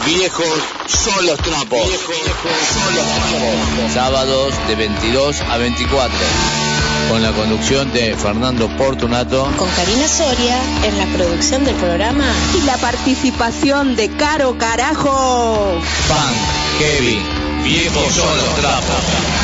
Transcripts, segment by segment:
Viejos son los trapos. Sábados de 22 a 24. Con la conducción de Fernando Portunato. Con Karina Soria en la producción del programa. Y la participación de Caro Carajo. Funk, heavy, viejos son los trapos.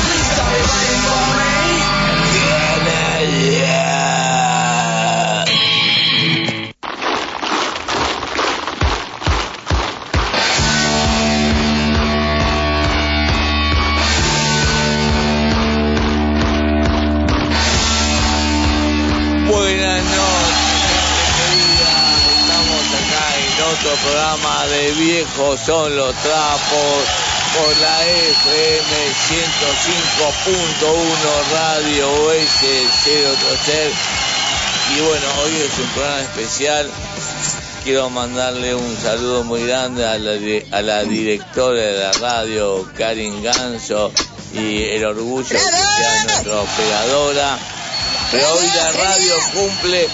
Buenas noches, estamos acá en otro programa de Viejos son los trapos por la FM 105.1 Radio OS 030. Y bueno, hoy es un programa especial. Quiero mandarle un saludo muy grande a la directora de la radio, Karin Ganso, y el orgullo de que sea nuestra operadora. Pero hoy la radio cumple,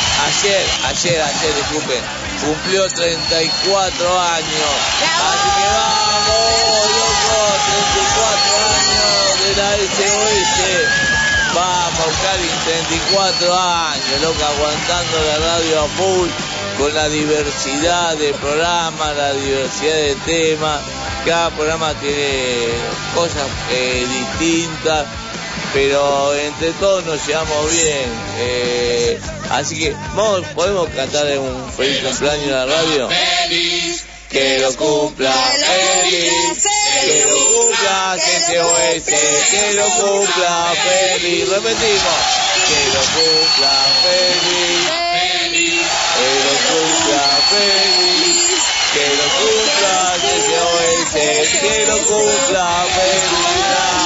cumplió 34 años. Así que vamos, loco, 34 años de la SOS. Vamos, Karin, 34 años, loco, aguantando la radio a full, con la diversidad de programas, la diversidad de temas. Cada programa tiene cosas distintas, pero entre todos nos llevamos bien. Así que podemos cantar un feliz cumpleaños en la radio. Feliz, que lo cumpla feliz, que lo cumpla SOS, que lo cumpla feliz. Repetimos, que lo cumpla feliz, que lo cumpla feliz, que lo cumpla SOS, que lo cumpla feliz.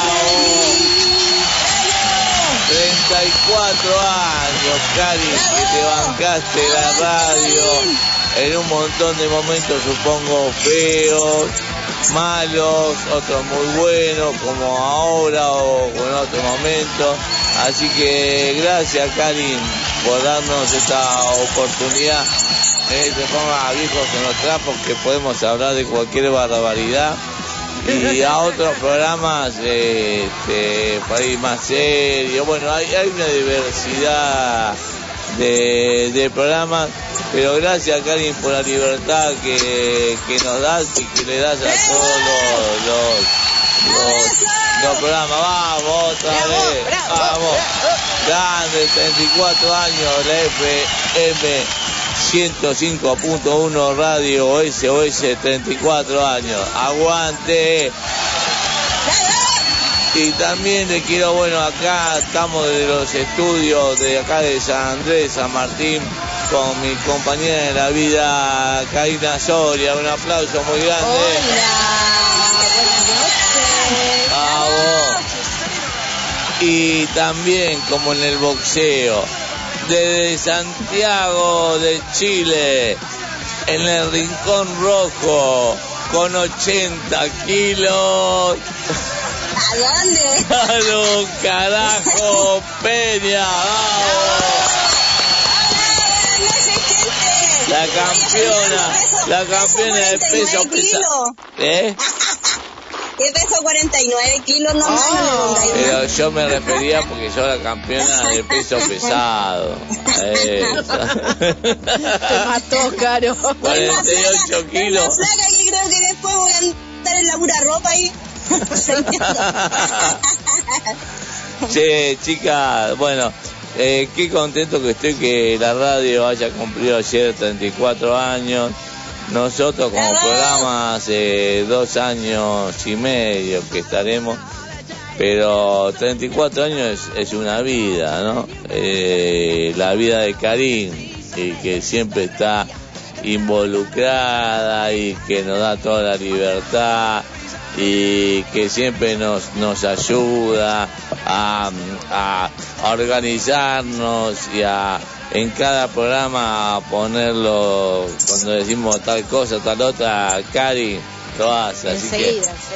34 años, Cari, que te bancaste la radio en un montón de momentos, supongo, feos, malos, otros muy buenos, como ahora o en otro momento. Así que gracias, Karin, por darnos esta oportunidad en este programa Viejos en los Trapos, que podemos hablar de cualquier barbaridad. Y a otros programas para ir más serios. Bueno, hay una diversidad de programas, pero gracias, Karin, por la libertad que nos das y que le das a todos los programas. Vamos, otra vez, vamos. Grande, 34 años, la FM 105.1 Radio SOS, 34 años. ¡Aguante! Y también le quiero, acá estamos de los estudios de acá de San Andrés, San Martín, con mi compañera de la vida, Karina Soria. Un aplauso muy grande. Hola, buenas noches. Y también, como en el boxeo, desde Santiago de Chile, en el Rincón Rojo, con 80 kilos. ¿A dónde? ¡A los carajo, Peña! La campeona de peso pesado. ¿Qué peso? 49 kilos nomás. Pero yo me refería porque yo la campeona de peso pesado. Te mató, Caro. 48 kilos. La flaca que creo que después voy a andar en la pura ropa ahí. Che, chicas, qué contento que estoy que la radio haya cumplido ayer 34 años. Nosotros como programa hace 2 años y medio que estaremos, pero 34 años es una vida, ¿no? La vida de Karin, que siempre está involucrada y que nos da toda la libertad y que siempre nos ayuda a organizarnos y en cada programa a ponerlo, cuando decimos tal cosa, tal otra, Cari lo hace, así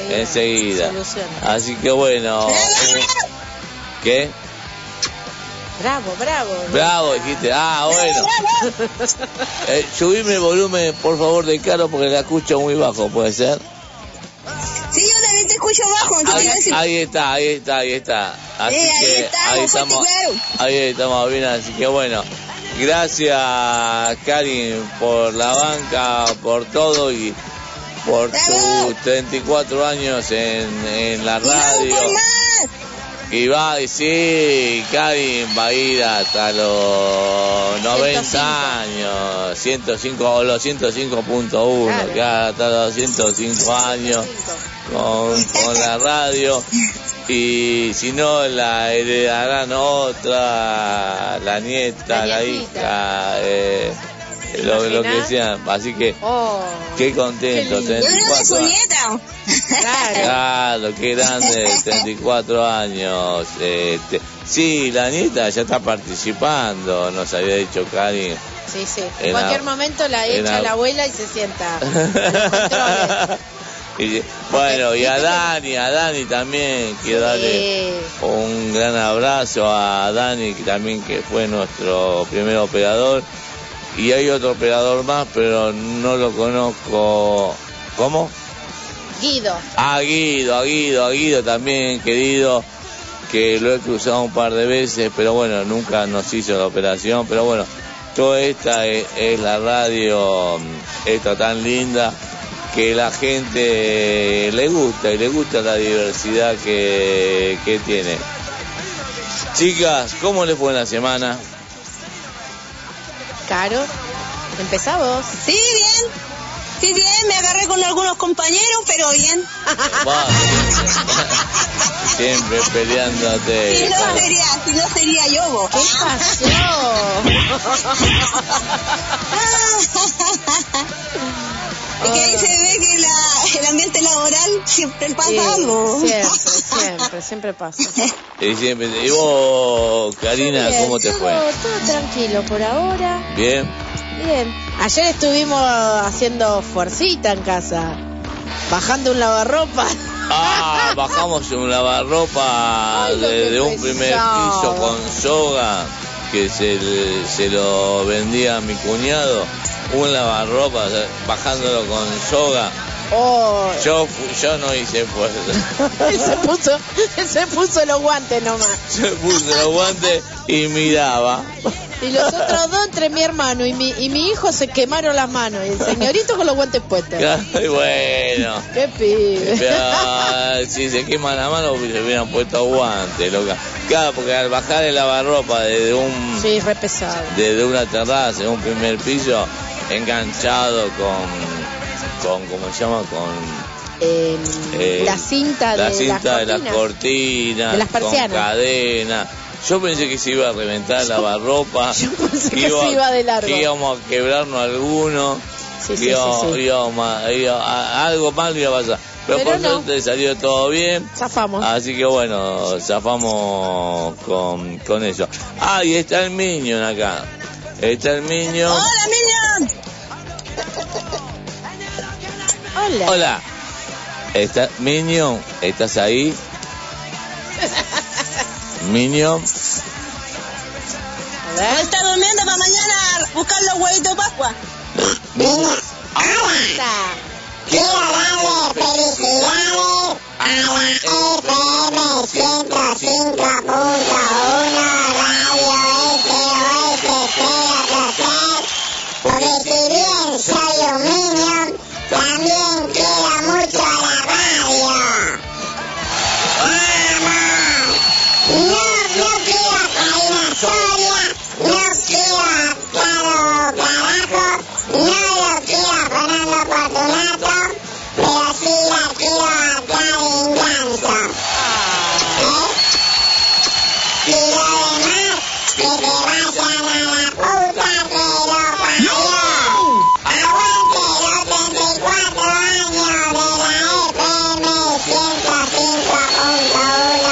enseguida. Así que ¿qué? Bravo. Bravo, dijiste. Ah, bueno. Subime el volumen, por favor, de Caro, porque la escucho muy bajo, ¿puede ser? Sí, yo también te escucho bajo. Ahí está. Así que ahí estamos bien, así que bueno. Gracias, Karin, por la banca, por todo y por tus 34 años en la radio. Y Karin va a ir hasta los 90 105. Años, 105 o los 105.1, claro. Hasta los 105 años con la radio. Y si no, la heredarán otra, la nieta, la hija, lo que sea. Así que, qué contento, 34 años. Claro, qué grande, 34 años. Sí, la nieta ya está participando, nos había dicho Karin. Sí. En cualquier momento la echa la abuela y se sienta en los controles. Y, bueno, y a Dani también quiero darle un gran abrazo a Dani, que también que fue nuestro primer operador. Y hay otro operador más, pero no lo conozco. ¿Cómo? Guido. A Guido también, querido, que lo he cruzado un par de veces, pero bueno, nunca nos hizo la operación. Pero bueno, toda esta es la radio, esta tan linda, que la gente le gusta y le gusta la diversidad que tiene. Chicas, ¿cómo les fue en la semana? Caro, empezá vos. Sí, bien, me agarré con algunos compañeros, pero bien. Siempre peleándote. Si no sería yo, vos. ¿Qué pasó? Es que ahí se ve que el ambiente laboral siempre pasa algo. Siempre pasa. Y vos, Karina, bien, ¿cómo te fue? Todo tranquilo por ahora. Bien. Ayer estuvimos haciendo fuercita en casa, bajando un lavarropa. Bajamos un lavarropa desde un primer piso con soga que se lo vendía a mi cuñado. Un lavarropa, bajándolo con soga. Yo no hice fuerza. Él se puso los guantes nomás. Se puso los guantes y miraba. Y los otros dos, entre mi hermano y mi hijo, se quemaron las manos. Y el señorito con los guantes puestos. Y bueno. Qué pibe. Pero si se queman la mano, se hubieran puesto guantes, loca. Claro, porque al bajar el lavarropa desde re pesado. Desde una terraza, en un primer piso, enganchado con ¿cómo se llama? Con la cinta de las cortinas, de las persianas, con cadena. Yo pensé que se iba a reventar el lavarropa. Yo pensé que se iba de largo. Que íbamos a quebrarnos alguno. Sí. Algo mal iba a pasar. Pero por suerte salió todo bien. Zafamos. Así que bueno, zafamos con eso. Y está el Minion acá. Está el Minion. ¡Hola, Minion! Hola. Minion, ¿estás ahí? Minion. ¿No está durmiendo para mañana buscar los huevitos de Pascua? Quiero darle felicidades a la FM 105.1 Radio SOS porque si bien soy un Minion, también quiero mucho a la radio. No quiero a Karina Soria, no quiero a Caro Carajo, no lo quiero a Fernando Fortunato, pero sí la quiero a Karin Ganso. Y lo demás, que se vayan a la puta que lo parió. Aguante los 34 años de la FM 105.1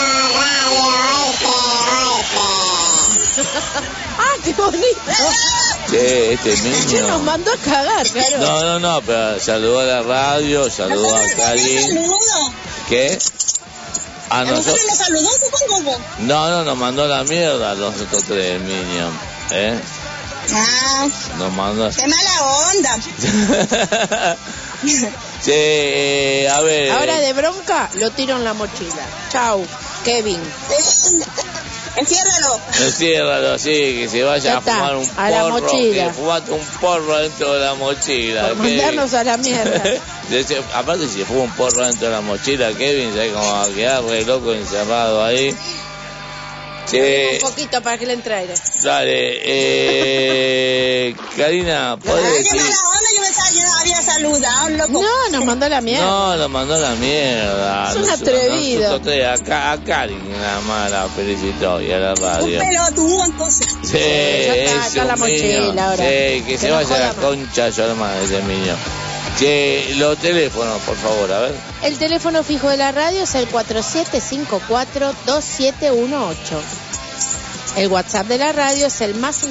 Radio SOS. ¡Qué bonito! Este niño nos mandó a cagar, claro. No, pero saludó a la radio, saludó a Karin. ¿Qué? A ¿A nosotros nos saludó, supongo? No, nos mandó la mierda a nosotros tres, Minion. Ah, Nos mandó. qué mala onda. Che, a ver. Ahora de bronca lo tiro en la mochila. Chau, Kevin. Enciérralo. Así, que se vaya Ya a fumar está, un a la porro. mochila. Que fumate un porro dentro de la mochila. Por mandarnos a la mierda. Aparte, si fuma un porro dentro de la mochila, Kevin, ¿sabes cómo va a quedar re loco encerrado ahí? Che, Un poquito para que le entre aire. dale, Karina, ¿podés Qué decir? mala onda, yo había saludado, loco. No, nos mandó la mierda. No, lo mandó a la mierda. Es un atrevido. Nosotros tres, a Karin nada más la felicitó y a la Un radio. pelotudo, entonces. Sí, Ya está, es acá la un mochila niño. ahora. Sí, que se no vaya a la joda más. concha de su hermana ese niño. Che, los teléfonos, por favor, a ver. El teléfono fijo de la radio es el 4754-2718. El WhatsApp de la radio es el más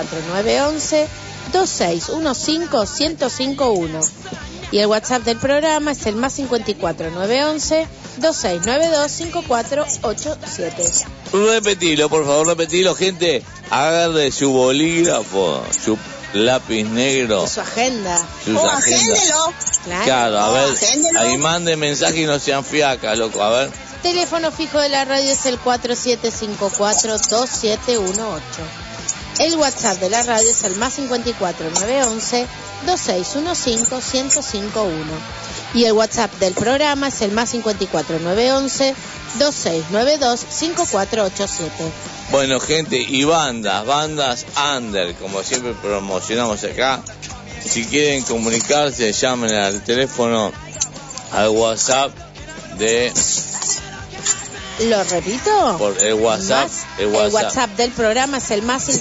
54911-2615-1051. Y el WhatsApp del programa es el más 54911-2692-5487. Repetilo, por favor, repetilo, gente. Agarre su bolígrafo, su lápiz negro, Su agenda. sus agendas. Agéndelo. Claro, a ver, agéndelo. ahí manden mensaje y no sean fiacas, loco, a ver. Teléfono fijo de la radio es el 4754-2718. El WhatsApp de la radio es el más 54911-2615-1051. Y el WhatsApp del programa es el más 54911-2692-5487. Bueno, gente, y bandas under, como siempre promocionamos acá. Si quieren comunicarse, llamen al teléfono, al WhatsApp de... ¿Lo repito? Por el WhatsApp, Más, el WhatsApp. del programa es el más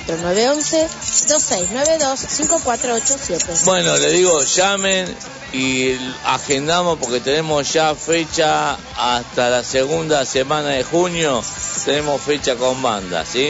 54911-2692-5487. Bueno, le digo, llamen y agendamos porque tenemos ya fecha hasta la segunda semana de junio. Tenemos fecha con bandas, ¿sí?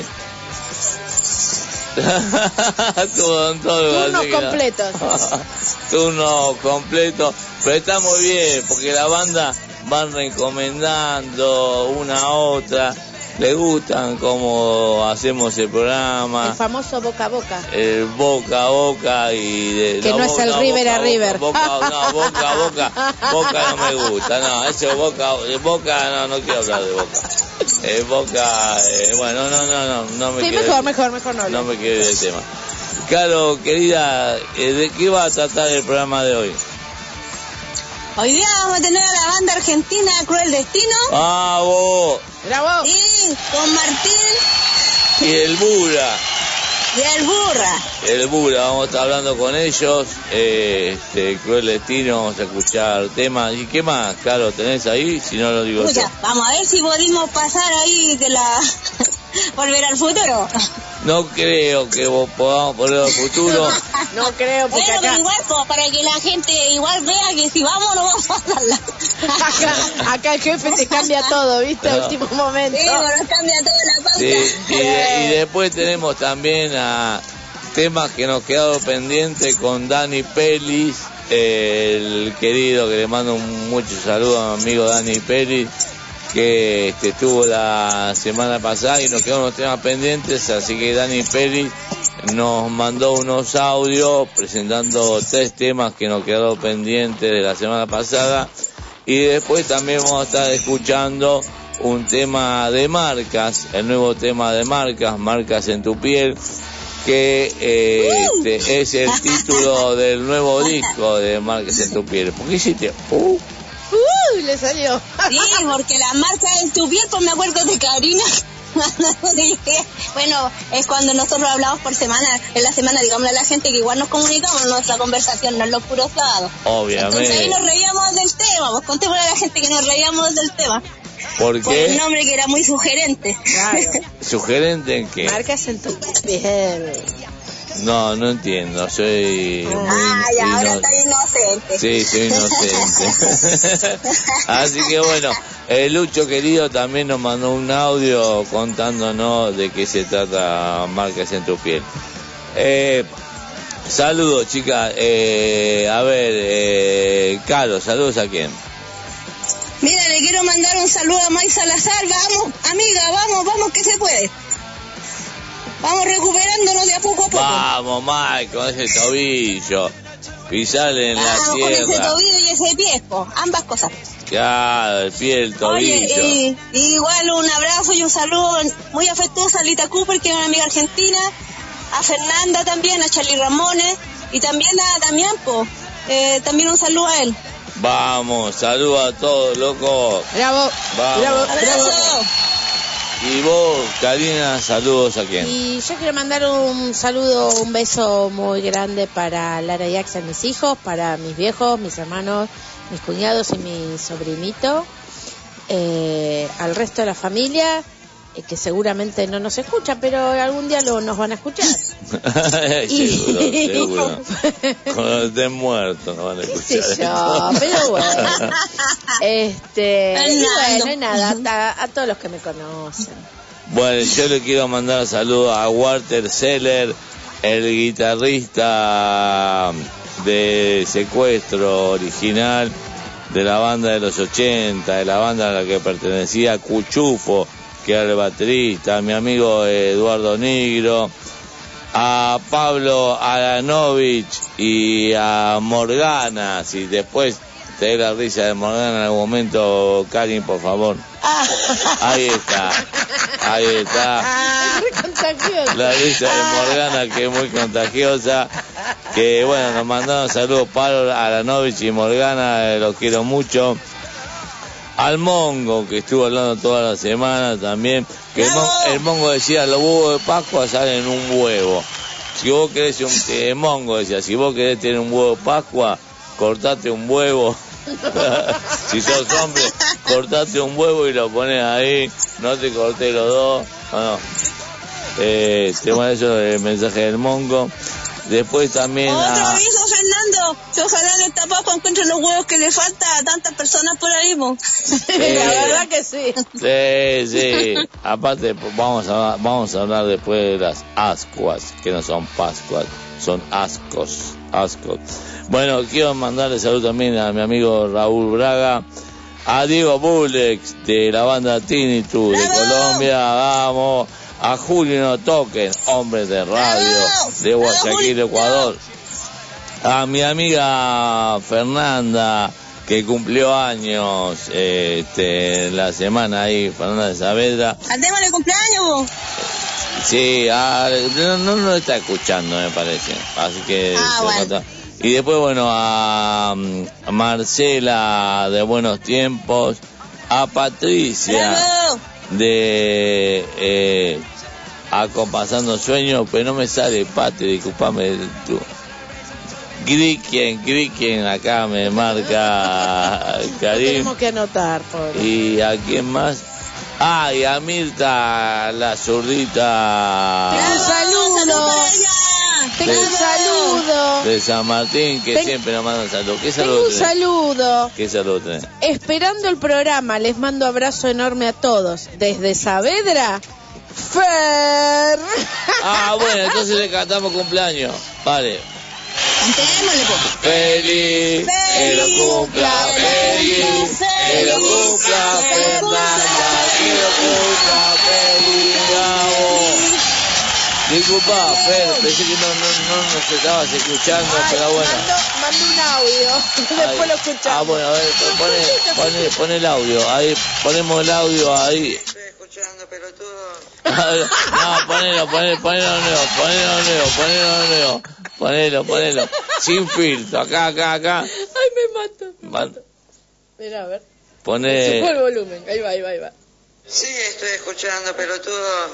Turnos completos. Turnos completos. Pero está muy bien porque la banda van recomendando una a otra. Le gustan cómo hacemos el programa. El famoso boca a boca. El boca a boca y de... Que no es el River a River. Boca a boca no me gusta, no, eso boca no quiero hablar de boca. Boca, bueno, no me Sí, quiero... mejor no. No me quiero ir del tema. Caro, querida, ¿de qué va a tratar el programa de hoy? Hoy día vamos a tener a la banda argentina Cruel Destino. ¡Ah, vos! ¡Bravo! Y con Martín Y el Bura. y el Burra. El Bura, vamos a estar hablando con ellos. Cruel Destino, vamos a escuchar temas. ¿Y qué más, Caro, tenés ahí? Si no lo digo yo. Escucha, vamos a ver si podemos pasar ahí de la... Volver al futuro. No creo que vos podamos poner al futuro. No creo, porque Bueno, pero acá, igual, para que la gente igual vea que si vamos no vamos a pasarla. acá el jefe te cambia todo, ¿viste? A último momento. Sí, nos cambia toda la pauta. Sí, y después tenemos también a temas que nos quedaron pendientes con Dani Pelis, el querido, que le mando mucho saludo a mi amigo Dani Pelis, que estuvo la semana pasada y nos quedaron unos temas pendientes, así que Dani Pelis nos mandó unos audios presentando 3 temas que nos quedaron pendientes de la semana pasada, y después también vamos a estar escuchando un tema de Marcas, el nuevo tema de Marcas en tu piel, que es el título del nuevo disco de Marcas en tu piel. ¿Por qué hiciste? Le salió. Sí, porque la marca en tu piel, pues me acuerdo de Karina. Bueno, es cuando nosotros hablamos por semana, en la semana, digámosle a la gente que igual nos comunicamos, nuestra conversación no es los puros sábados. Obviamente. Entonces ahí nos reíamos del tema, pues contémosle a la gente que nos reíamos del tema. ¿Por Por el qué? nombre que era muy sugerente. Claro. ¿Sugerente en qué? Marcas en tu piel. No entiendo, soy Ay, ahora está inocente. Sí, soy inocente. Así que bueno, Lucho querido también nos mandó un audio contándonos de qué se trata Marcas en tu piel. Saludos, chicas. A ver, Caro, saludos a quién. Mira, le quiero mandar un saludo a May Salazar. Vamos, amiga, vamos que se puede. Vamos recuperándonos de a poco. Vamos, May, con ese tobillo. Pisale en la Con ese tierra. tobillo y ese pie, ambas cosas. Claro, el pie, el tobillo. Oye, y igual un abrazo y un saludo muy afectuoso a Lita Cooper, que es una amiga argentina, a Fernanda también, a Charlie Ramones, y también a Damián, también un saludo a él. Vamos, saludos a todos, loco. Bravo, Vamos. bravo, Abrazo. bravo. Y vos, Karina, saludos a quién. Y yo quiero mandar un saludo, un beso muy grande para Lara y Axel, mis hijos, para mis viejos, mis hermanos, mis cuñados y mi sobrinito, al resto de la familia, que seguramente no nos escucha, pero algún día nos van a escuchar. Seguro. Cuando estén muertos nos van a escuchar. Sí, yo, pero bueno. Y bueno, nada, a todos los que me conocen. Bueno, yo le quiero mandar saludos a Walter Seller, el guitarrista de Secuestro original, de la banda de los 80, de la banda a la que pertenecía Cuchufo, que era el baterista, a mi amigo Eduardo Nigro, a Pablo Aranovich y a Morgana. Si después te dé la risa de Morgana en algún momento, Karin, por favor. Ahí está. La risa de Morgana, que es muy contagiosa. Que bueno, nos mandaron saludos Pablo Aranovich y Morgana, los quiero mucho. Al Mongo, que estuvo hablando toda la semana también, que el Mongo decía, los huevos de Pascua salen en un huevo. Si vos querés el Mongo decía, si vos querés tener un huevo de Pascua, cortate un huevo. Si sos hombre, cortate un huevo y lo pones ahí, no te cortes los dos. No. Tema eso, el mensaje del Mongo. Después también Otro aviso, Fernando, que ojalá que esta Pascua encuentre los huevos que le falta a tantas personas por ahí, La verdad que sí. Sí. Aparte, vamos a hablar después de las ascuas, que no son Pascuas, son ascos. Bueno, quiero mandarle salud también a mi amigo Raúl Braga, a Diego Bulex de la banda Tinnitus de Colombia, vamos. A Julio No Toquen, hombre de radio de Guayaquil, Ecuador. A mi amiga Fernanda, que cumplió años la semana ahí, Fernanda de Saavedra. ¿Al tema de cumpleaños vos? Sí, no lo está escuchando, me parece. Así que bueno. Y después, bueno, a Marcela de Buenos Tiempos, a Patricia. ¡Bravo! De Acompasando Sueños, pero no me sale, Pati, disculpame tú. Griquien, acá me marca Karim. Tenemos que anotar, pobre. ¿Y a quién más? Y a Mirta, la zurdita. Un saludo. Tengo un saludo. De San Martín, que siempre nos mandan saludos. ¿Qué saludo Tengo un tenés? saludo. ¿Qué saludo tenés? Esperando el programa, les mando abrazo enorme a todos. Desde Saavedra, Fer. Bueno, entonces le cantamos cumpleaños. Vale. Cantémosle, Feliz, que lo cumpla, feliz, que lo cumpla, Fernanda, que lo cumpla, feliz, bravo. Disculpa, Fer, pensé que no nos estabas escuchando, pero bueno. Mando un audio, después lo escuchamos. Bueno, a ver, pon el audio, ahí, ponemos el audio ahí. Estoy escuchando, pelotudo. No, ponelo nuevo. Ponelo. Sin filtro, acá. Ay, me mato. Mira, a ver. Pone. Subo el volumen, ahí va. Sí, estoy escuchando, pelotudo.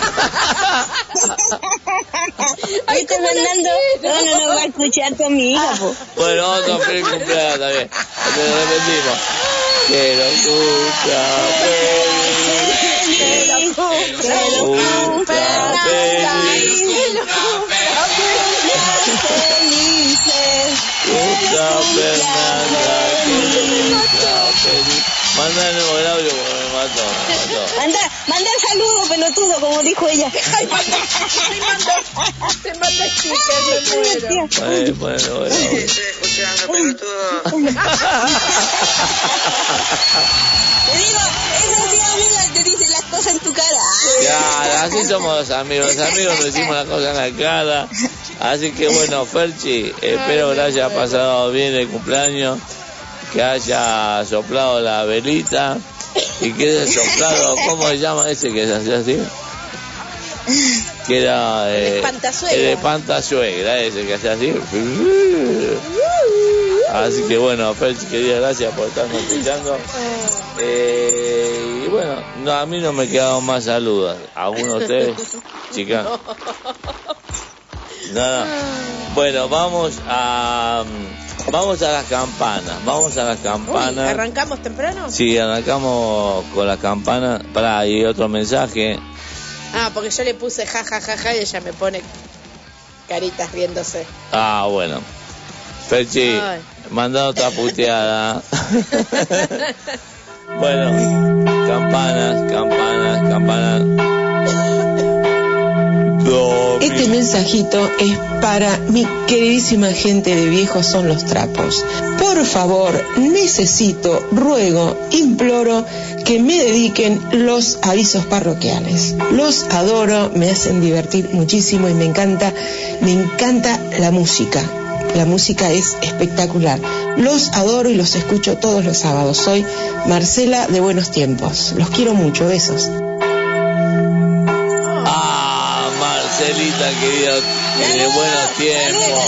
Ay, te Fernando, no va a escuchar tu amiga, po. Bueno, vamos a feliz cumpleaños también. Te lo repetimos. Que lo cumpla feliz. Que lo cumpla feliz. Cumpla Fernanda. Que lo cumpla feliz. Manda de nuevo el audio porque me Manda el saludo, pelotudo, como dijo ella. Ay, te manda stickers, me muero. Bueno. Sí, estoy escuchando, pelotudo. Te digo, es así, amiga, te dicen las cosas en tu cara. Ya, así somos los amigos nos decimos las cosas en la cara. Así que bueno, Ferchi, espero que le haya pasado bien el cumpleaños, que haya soplado la velita y que haya soplado, ¿cómo se llama ese que se hacía así? Que era El espantasuegra, ese que hacía así. Así que bueno, Ferchi, querida, gracias por estarnos escuchando. Y bueno, no, a mí no me quedaron más saludos. ¿A uno de ustedes, chicas? Nada. Bueno, vamos a las campanas. Uy, ¿arrancamos temprano? Sí, arrancamos con las campanas. Pará, hay otro mensaje. Porque yo le puse ja, ja, ja, ja, y ella me pone caritas riéndose. Bueno. Ferchi, manda otra puteada. Bueno, campanas. Este mensajito es para mi queridísima gente de Viejos Son los Trapos. Por favor, necesito, ruego, imploro que me dediquen los avisos parroquiales. Los adoro, me hacen divertir muchísimo y me encanta la música. La música es espectacular. Los adoro y los escucho todos los sábados. Soy Marcela de Buenos Tiempos. Los quiero mucho. Besos. Marcelita, querida, de Buenos Tiempos.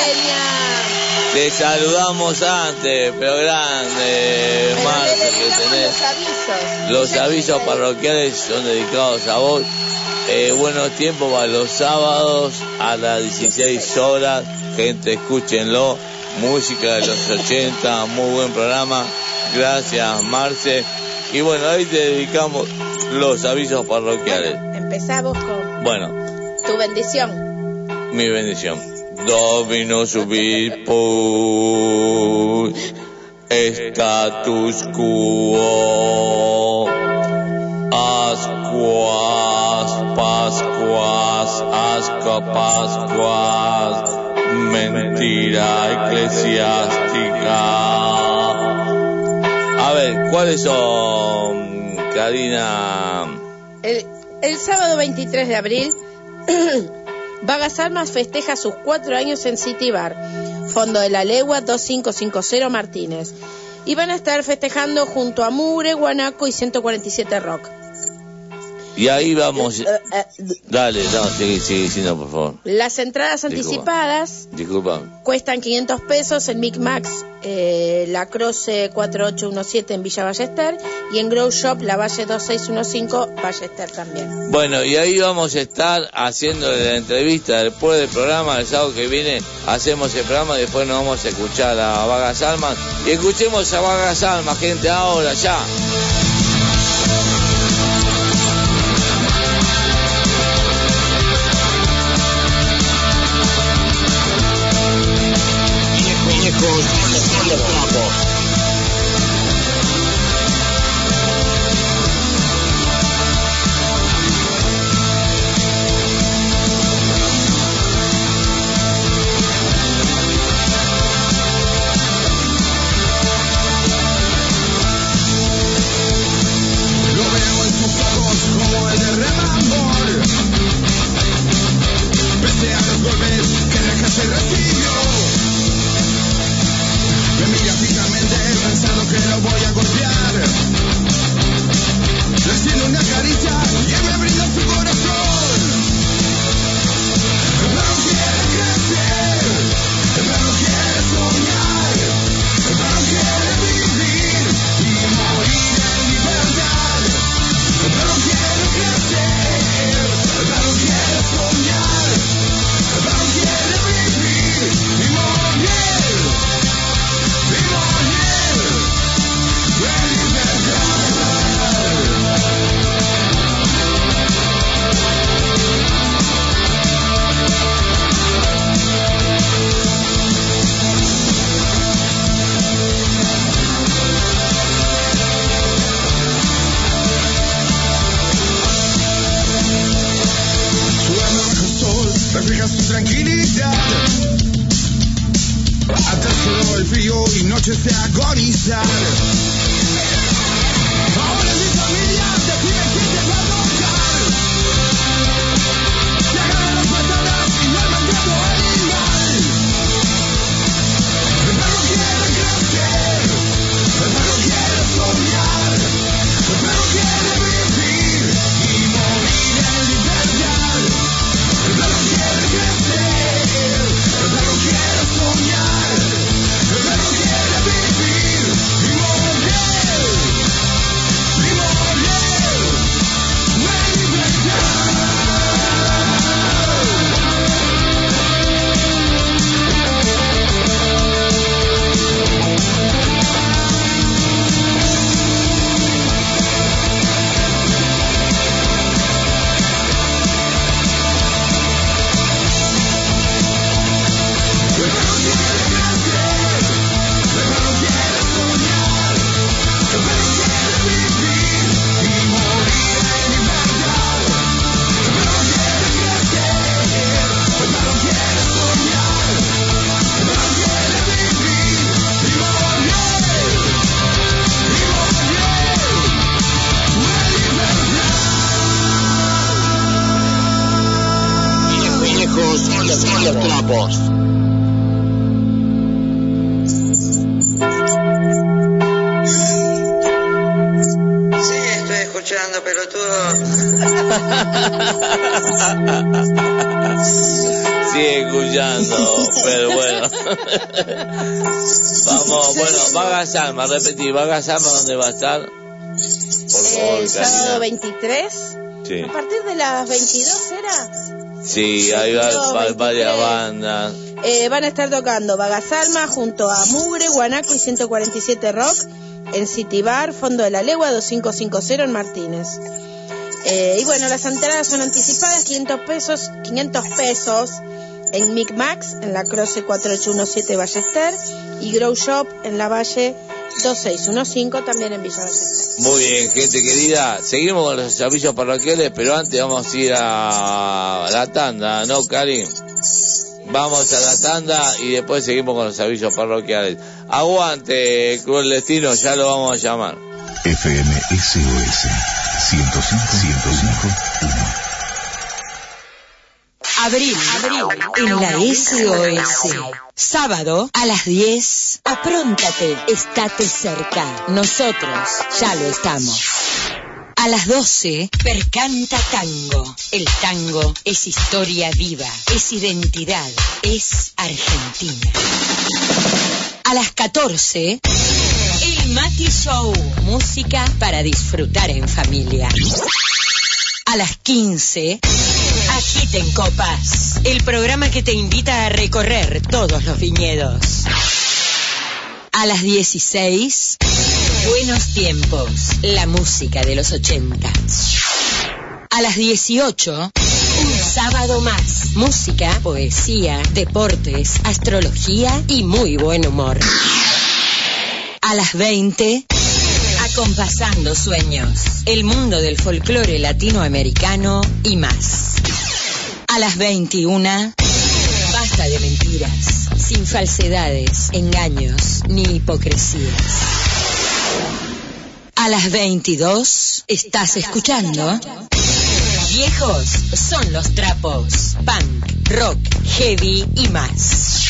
Te saludamos antes, pero grande, Marce, que tenés. Los avisos parroquiales son dedicados a vos. Buenos Tiempos va los sábados a las 16 horas. Gente, escúchenlo. Música de los 80, muy buen programa. Gracias, Marce. Y bueno, ahí te dedicamos los avisos parroquiales. Empezamos con... Bueno. Tu bendición. Mi bendición. Dominus vobis, status quo, asquas, pascuas, asca pascuas, mentira eclesiástica. A ver, ¿cuáles son, Karina? El sábado 23 de abril, Vagas Almas festeja sus 4 años en City Bar, Fondo de la Legua 2550 Martínez. Y van a estar festejando junto a Mure, Guanaco y 147 Rock. Y ahí vamos. Dale, sigue, no, por favor. Las entradas anticipadas cuestan 500 pesos en Mic Max, La Croce 4817 en Villa Ballester, y en Grow Shop La Valle 2615 Ballester también. Bueno, y ahí vamos a estar haciendo la entrevista después del programa. El sábado que viene hacemos el programa y después nos vamos a escuchar a Vagas Almas. Y escuchemos a Vagas Almas, gente, ahora, ya. Son los trapos. Lo veo en tus ojos como el de remambor. Pese a los golpes que dejaste recibió. Me mira fijamente pensando que lo voy a golpear. Le extiendo una caricia y él me brinda su corazón. Pero quiere crecer, pero quiere soñar, pero quiere vivir y morir en libertad. Pero quiere crecer, pero quiere soñar, pero quiere vivir y morir. frío y noches de agonizar. Ahora mi familia decide quién te va a tocar. Se agarran las patadas y no hay maltrato animal. El perro quiere crecer, el perro quiere soñar, el perro quiere vivir y morir en libertad. El perro quiere crecer, el perro quiere soñar, el perro quiere vivir y morir en libertad. Son los trapos. Sí, estoy escuchando, pelotudo. Sigue escuchando, pero bueno. Vamos, bueno, Vaga Salma, repetí, Vaga Salma, ¿dónde va a estar? Por favor, El sábado Karina. 23, Sí. a partir de las 22 ¿era? Sí, hay varias bandas. Van a estar tocando Vaga Salma junto a Mugre, Guanaco y 147 Rock en City Bar, Fondo de la Legua, 2550 en Martínez. Y bueno, las entradas son anticipadas, 500 pesos en Micmax, en la Croce 4817 Ballester, y Grow Shop en la Valle 2615, también en Villa Ballester. Muy bien, gente querida. Seguimos con los servicios parroquiales, pero antes vamos a ir a la tanda, ¿no, Karim? Vamos a la tanda y después seguimos con los servicios parroquiales. Aguante, Cruel Destino, ya lo vamos a llamar. FM SOS 105.1. Abril, en la SOS. Sábado a las 10. Apróntate, estate cerca. Nosotros ya lo estamos. A las 12, Percanta Tango. El tango es historia viva, es identidad, es Argentina. A las 14, El Mati Show. Música para disfrutar en familia. A las 15, Agiten Copas. El programa que te invita a recorrer todos los viñedos. A las 16, Buenos Tiempos. La música de los 80. A las 18, Un sábado más. Música, poesía, deportes, astrología y muy buen humor. A las 20, Acompasando Sueños. El mundo del folclore latinoamericano y más. A las 21, Basta de mentiras. Sin falsedades, engaños ni hipocresías. A las 22, estás escuchando Viejos son los trapos. Punk, rock, heavy y más.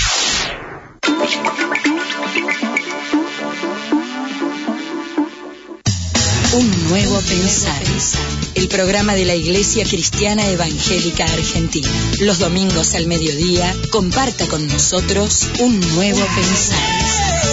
Un nuevo pensar. El programa de la Iglesia Cristiana Evangélica Argentina. Los domingos al mediodía, comparta con nosotros un nuevo pensar.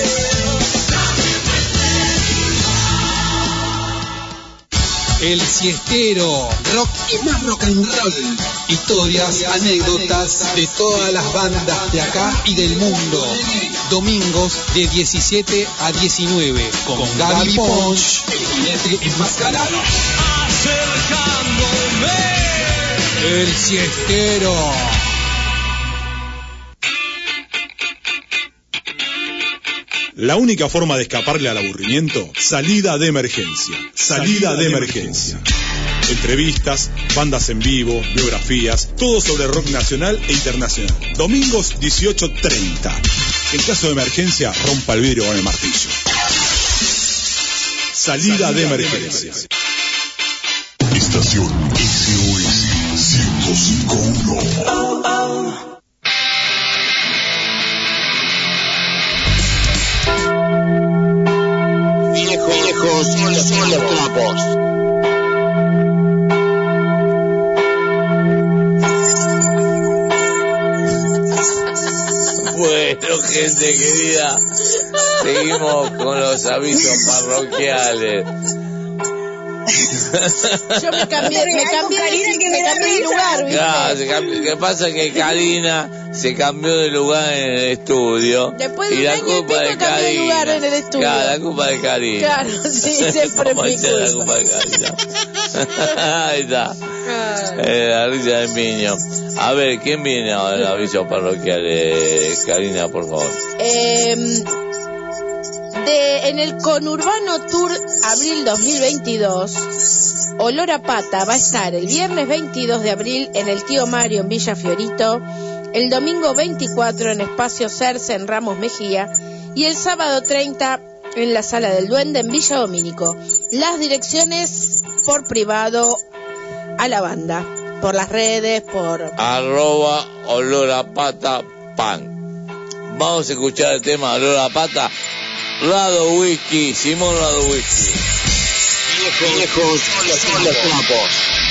El Siestero, rock y más rock and roll. Historias, anécdotas de todas las bandas de acá y del mundo. Domingos de 17 a 19 con Gaby Ponch, el jinete enmascarado. Acercándome. El Siestero. La única forma de escaparle al aburrimiento, salida de emergencia. Salida de emergencia. Entrevistas, bandas en vivo, biografías, todo sobre rock nacional e internacional. Domingos 18:30. En caso de emergencia, rompa el vidrio con el martillo. Salida de emergencia. Estación SOS 105.1. Viejos son los trapos. Bueno, gente querida, seguimos con los avisos parroquiales. Yo me cambié de lugar, ¿viste? Claro, ¿qué pasa? Que Karina se cambió de lugar en el estudio. Después de y un la año y culpa pico de cambié de Karina. lugar en el estudio. Claro, la culpa de Karina. Claro, sí, siempre ¿Cómo mi es la culpa. culpa de Karina? Ahí está. La risa del niño. A ver, ¿quién viene ahora en el aviso parroquial? Karina, por favor. En el Conurbano Tour Abril 2022, Olor a Pata va a estar el viernes 22 de abril en el Tío Mario en Villa Fiorito, el domingo 24 en Espacio Cerce en Ramos Mejía y el sábado 30 en la Sala del Duende en Villa Domínico. Las direcciones por privado a la banda, por las redes, por... @Olor a Pata Pan. Vamos a escuchar el tema Olor a Pata. Rado Whisky, Simón Rado Whisky. Viejos son los trapos.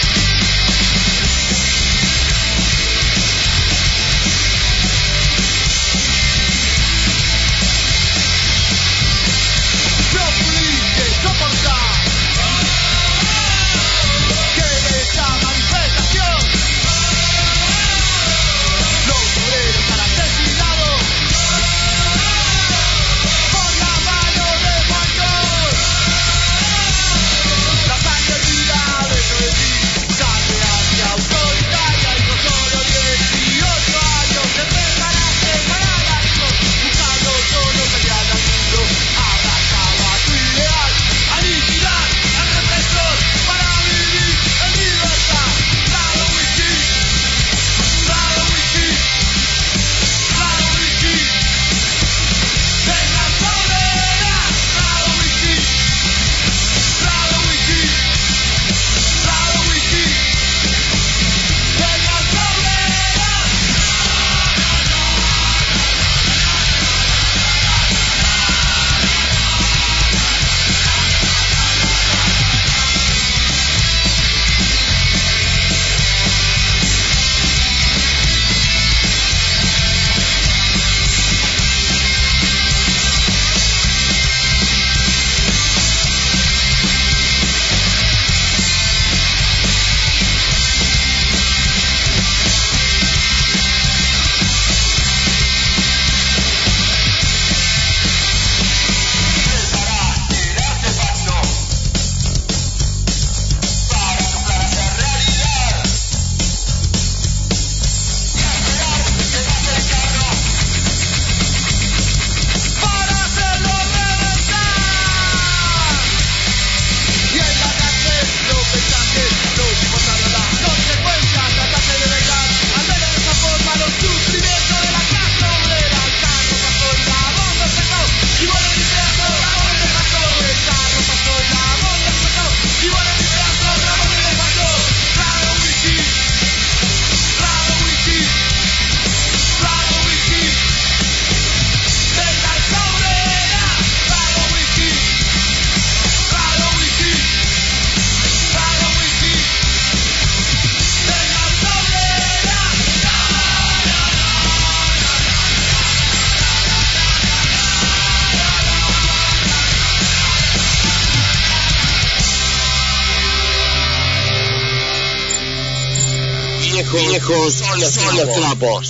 Viejos son los trapos.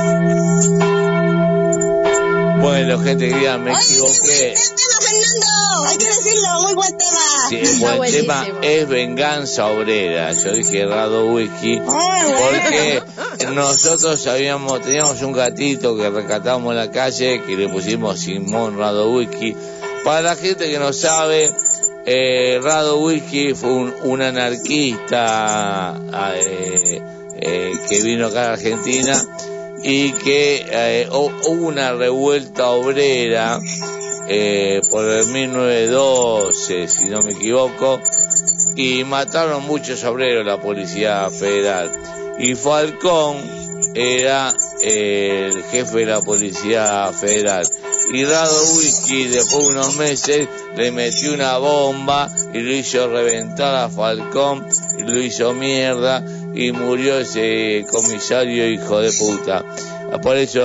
Bueno, gente querida, me equivoqué. Fernando, hay que decirlo, muy buen tema. Sí, el buen tema es Venganza Obrera. Yo dije Rado Whisky porque nosotros teníamos un gatito que rescatamos en la calle que le pusimos Simón Rado Whisky. Para la gente que no sabe, Radowisky fue un anarquista que vino acá a Argentina y que hubo una revuelta obrera por el 1912, si no me equivoco, y mataron muchos obreros la Policía Federal. Y Falcón era el jefe de la Policía Federal. Y Radowisky, después de unos meses, le metió una bomba y lo hizo reventar a Falcón y lo hizo mierda y murió ese comisario hijo de puta. Por eso,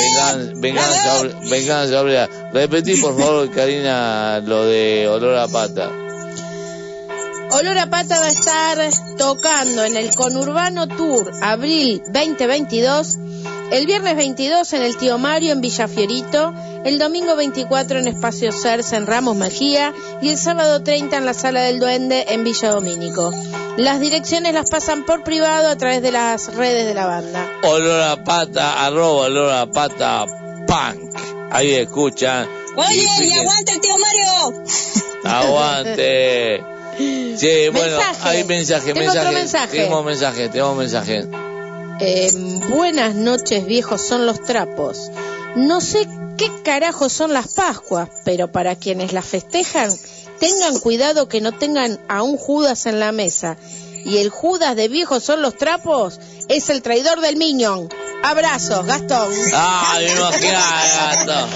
venganza obrera. Repetí, por favor, Karina, lo de Olor a Pata. Olor a Pata va a estar tocando en el Conurbano Tour abril 2022, el viernes 22 en el Tío Mario en Villa Fiorito, el domingo 24 en Espacio Cerce en Ramos Mejía y el sábado 30 en la Sala del Duende en Villa Domínico. Las direcciones las pasan por privado a través de las redes de la banda. Olor a Pata, @Olor a Pata Punk. Ahí escuchan. Oye, y aguante el Tío Mario. Aguante. Sí, bueno, hay mensaje. Tenemos mensaje. Buenas noches, viejos son los trapos. No sé qué carajos son las Pascuas, pero para quienes las festejan, tengan cuidado que no tengan a un Judas en la mesa. Y el Judas de viejos son los trapos es el traidor del Minion. Abrazos, Gastón. Me imaginaba, Gastón.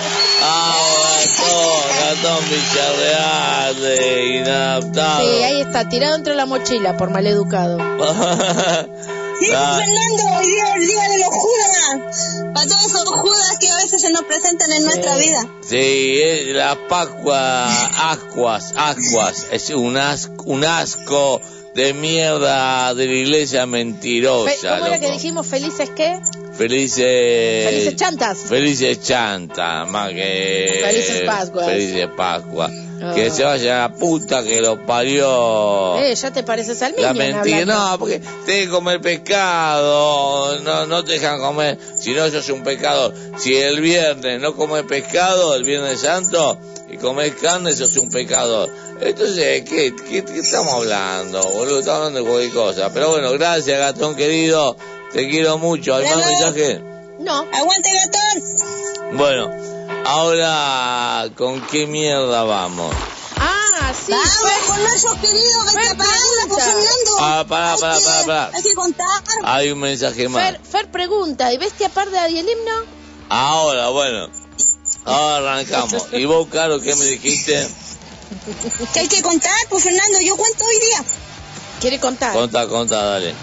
Gastón Villarreal, inadaptado. Sí, ahí está, tirado entre la mochila por maleducado. Sí, Fernando, hoy día es el día de los Judas. Para todos esos Judas que a veces se nos presentan en nuestra vida. Sí, la Pascua, ascuas, es un asco de mierda de la iglesia mentirosa. ¿Cómo era que dijimos? ¿Felices qué? Felices chantas. Felices chantas, más que... Felices Pascuas. Felices Pascuas. Que se vaya a la puta que lo parió. Ya te pareces al Minion. La mentira, no, porque tenés que comer pescado, no te dejan comer, si no sos un pecador. Si el viernes no comes pescado, el Viernes Santo, y comés carne, sos un pecador. Entonces, ¿qué estamos hablando, boludo? Estamos hablando de cualquier cosa. Pero bueno, gracias, Gastón querido. Te quiero mucho. ¿Hay más mensajes? No. ¡Aguante, Gastón! Bueno, ahora, ¿con qué mierda vamos? Sí. Vamos con nuestros queridos Ventaparanda, por Fernando. Pará. Hay que contar. Hay un mensaje más. Fer pregunta, ¿y Bestia Parda y el himno? Ahora, bueno. Ahora arrancamos. ¿Y vos, Caro, qué me dijiste? Que hay que contar, pues Fernando, yo cuento hoy día. ¿Quiere contar? Conta, dale.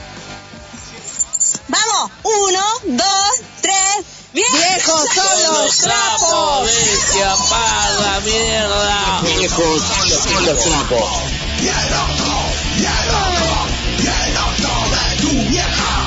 Vamos, 1, 2, 3. ¡Viejos son los trapos! ¡Bestia Parda, mierda! ¡Viejos son los trapos! Y el otro de tu vieja.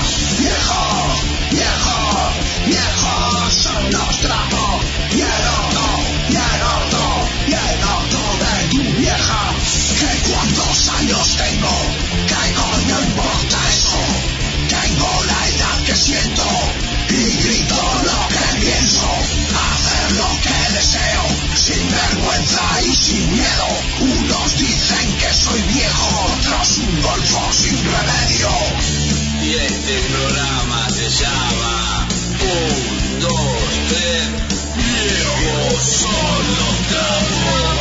Viejos son los trapos. Y el otro de tu vieja. ¿Qué cuántos años tengo? ¿Qué coño importa eso? Tengo la edad que siento y grito lo que pienso, hacer lo que deseo, sin vergüenza y sin miedo. Unos dicen que soy viejo, otros un golfo sin remedio. Y este programa se llama 1, 2, 3, viejos son los trapos.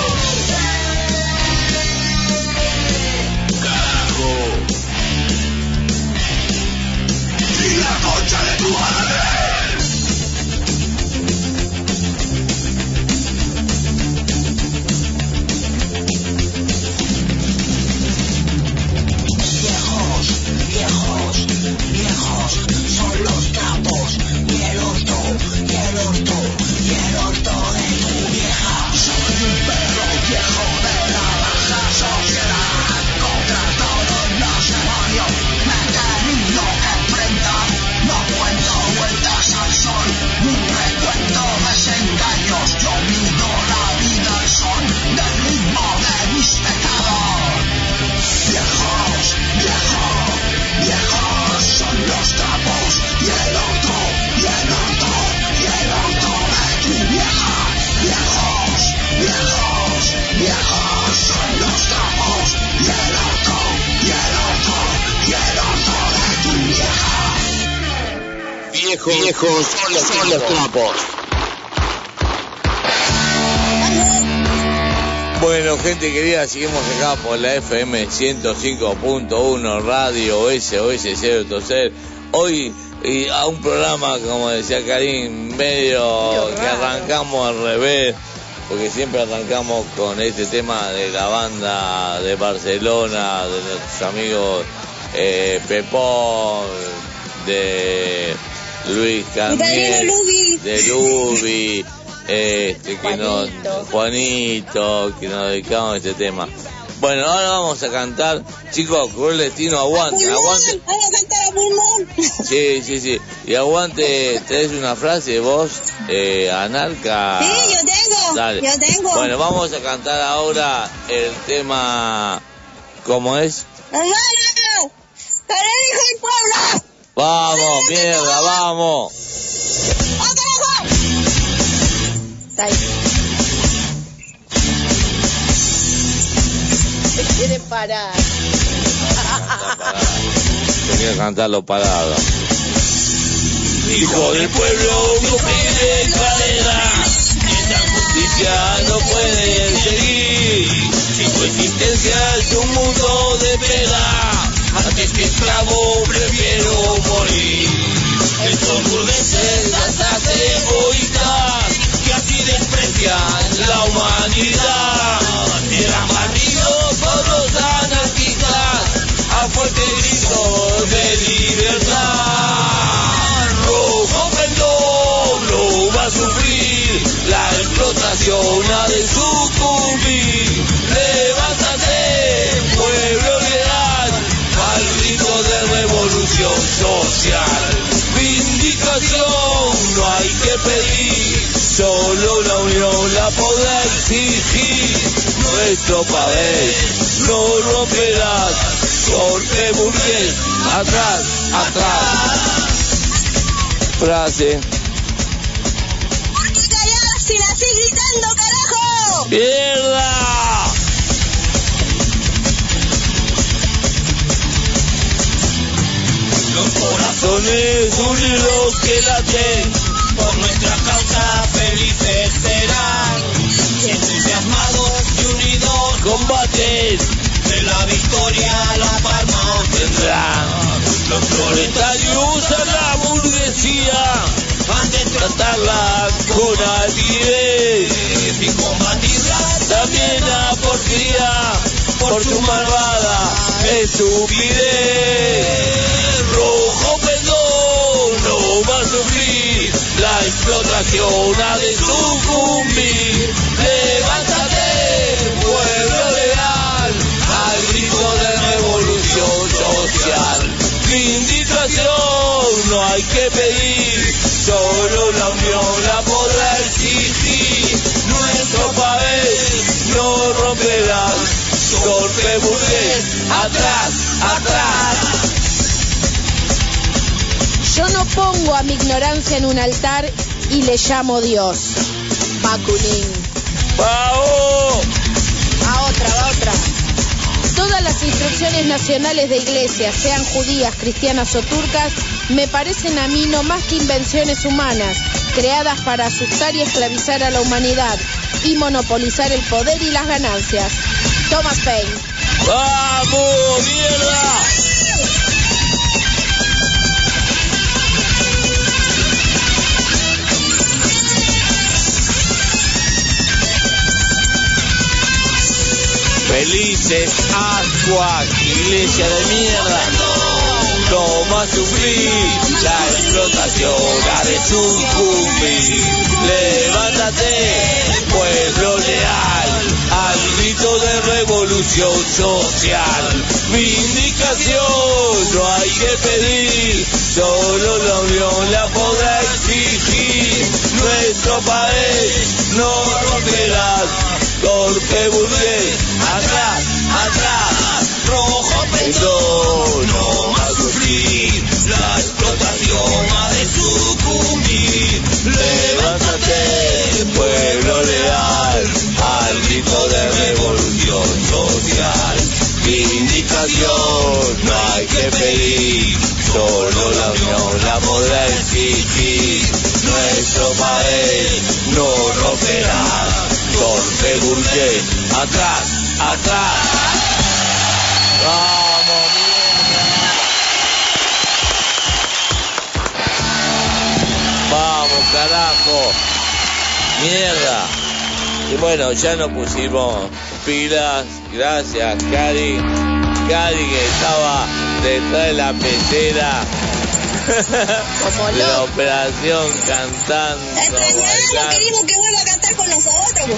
Carajo. Y la concha de tu madre. Viejos son los trapos. Y el orto de tu viejos son los trapos. Bueno, gente querida, seguimos acá por la FM 105.1 Radio SOS 030. Hoy a un programa, como decía Karim, medio que arrancamos al revés, porque siempre arrancamos con este tema de la banda de Barcelona, de nuestros amigos Pepón, de Luis Carnier, de Lubi, Juanito, que nos dedicamos a este tema. Bueno, ahora vamos a cantar, chicos, Cruel Destino, aguante. Vamos a cantar a pulmón. Sí. Y aguante, ¿tenés una frase vos, Anarca? Sí, yo tengo. Bueno, vamos a cantar ahora el tema, ¿cómo es? ¡Hermano! ¡Para el hijo del pueblo! ¡Vamos, mierda, vamos! Está ahí. Se quiere parar. Tenía que cantarlo parado. Hijo del pueblo, no pide cadena. Esta justicia no puede seguir. Si tu existencia es un mundo de pena, antes que esclavo prefiero morir. Estos burgueses ratas egoístas que así desprecian la humanidad, eran barridos por los anarquistas a fuerte grito de libertad. Rojo pendón no va a sufrir, la explotación ha de sucumbir. Levántate, pueblo leal, al grito de revolución social. Vindicación no hay que pedir, solo la unión la podrá exigir. Nuestro papel no romperás, porque burgués, atrás. Frase. ¿Por qué callar si nací gritando, carajo? ¡Mierda! Los corazones unidos que laten por nuestra causa felices serán, entusiasmados y unidos combaten, de la victoria la palma obtendrán. Los proletarios usan la burguesía antes de tratarla con altivez y combatirla también a porfía por su malvada estupidez. Rojo pendón no va a sufrir, la explotación ha de sucumbir. Levántate, pueblo leal, al grito de revolución social. Vindicación no hay que pedir, solo la unión la podrá exigir. Nuestro papel no romperás, torpe burgués, atrás. Yo no pongo a mi ignorancia en un altar y le llamo Dios. Bakunin. ¡Pao! Va otra. Todas las instrucciones nacionales de iglesias, sean judías, cristianas o turcas, me parecen a mí no más que invenciones humanas, creadas para asustar y esclavizar a la humanidad y monopolizar el poder y las ganancias. Thomas Paine. ¡Vamos, mierda! Felices Ascuas, iglesia de mierda, no va a sufrir, la explotación ha de sucumbir. Levántate, pueblo leal, al grito de revolución social. Vindicación no hay que pedir, solo la unión la podrá exigir. Nuestro país no romperás, torpe burgués, atrás. Rojo pendón no va a sufrir, la explotación ha de sucumbir. Levántate, pueblo leal, al grito de revolución social. Vindicación no hay que pedir, solo la unión la podrá exigir. DJ. Atrás, atrás. Vamos, mierda. Vamos, carajo. Mierda. Y bueno, ya nos pusimos pilas. Gracias, Cari. Cari que estaba detrás de la pecera. Como de la loco. operación cantando. Extrañamos, queríamos que vuelva a cantar con nosotros.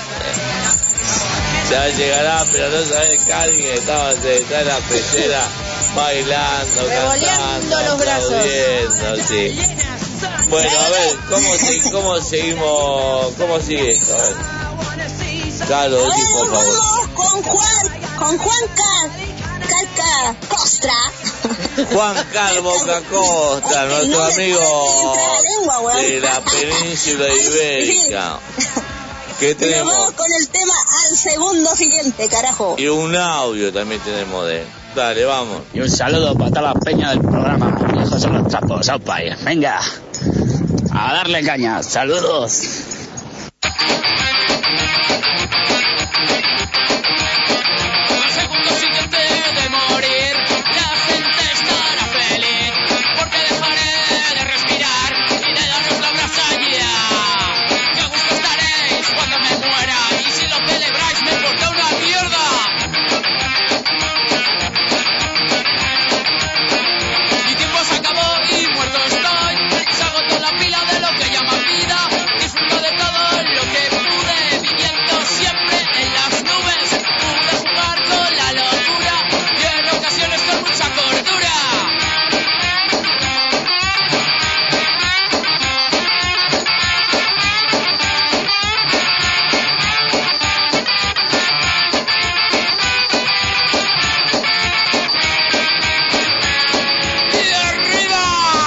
Ya llegará, pero no sabes, Cari que estaba detrás de la pecera bailando, Revoleando cantando, los brazos. aplaudiendo, sí. Bueno, a ver, ¿cómo seguimos? ¿Cómo sigue esto? A ver. Claro, Ahora por nos favor. vamos con Juan Calca Costra. Juan Calvo Cacosta, nuestro amigo de la península ibérica. ¿Qué Y nos tenemos? vamos con el tema al segundo siguiente, carajo. Y un audio también tenemos de él. Dale, vamos. Y un saludo para toda la peña del programa. Viejos son los trapos, aupa. Venga, a darle caña. Saludos. Al segundo siguiente de morir, la gente estará feliz, porque dejaré de respirar y de daros la brazaña. Que a gusto estaréis cuando me muera, y si lo celebráis me importa una mierda. Mi tiempo se acabó y muerto estoy, se agotó la pila de lo que llaman vida, disfruto de todo lo que pude, viviendo siempre en las nubes, pude jugar con la locura y en ocasiones con mucha cordura. ¡Y arriba!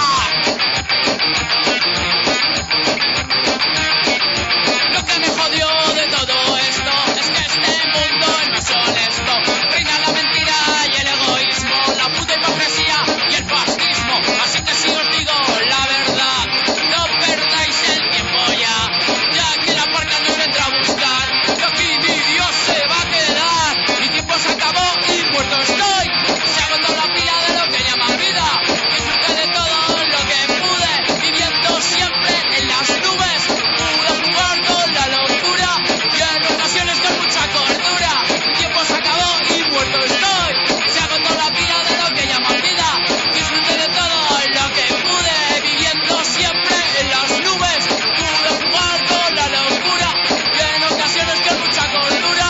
Lo que me jodió de todo esto es que este mundo no es honesto. Reina la mentira y el egoísmo, la puta hipocresía y el fascismo. Así que si os digo la verdad, no perdáis el tiempo ya que la parca nos vendrá a buscar. Y aquí mi Dios se va a quedar. Mi tiempo se acabó y muerto estoy. Se agotó la pila de lo que llaman vida. Disfruté de todo lo que pude, viviendo siempre en las nubes. Pude jugar con la locura y en ocasiones con mucha cordura. Mi tiempo se acabó y muerto estoy. Se agotó la pila de lo que llaman vida. Disfruté de todo lo que pude, viviendo siempre en las nubes. Pude jugar con la locura y en ocasiones con mucha cordura.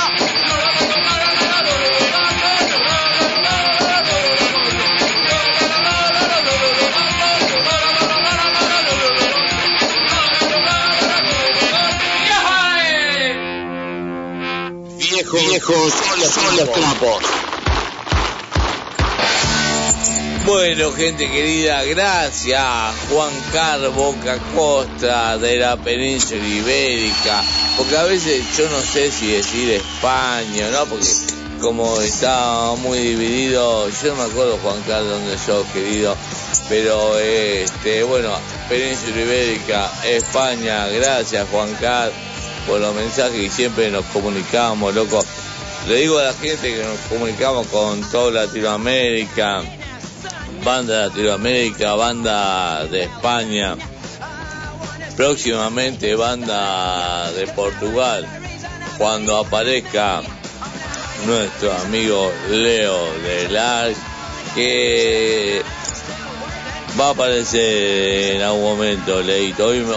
Viejos son los trapos. Bueno, gente querida, gracias Juan Calvo Cacosta de la península ibérica, porque a veces yo no sé si decir España, ¿no? Porque como está muy dividido, yo no me acuerdo, Juan Carlos, dónde sos, querido, pero bueno, península ibérica, España, gracias Juan Carlos por los mensajes y siempre nos comunicamos, loco. Le digo a la gente que nos comunicamos con toda Latinoamérica, banda de Latinoamérica, banda de España, próximamente banda de Portugal, cuando aparezca nuestro amigo Leo de Larg, que va a aparecer en algún momento, Leito. Hoy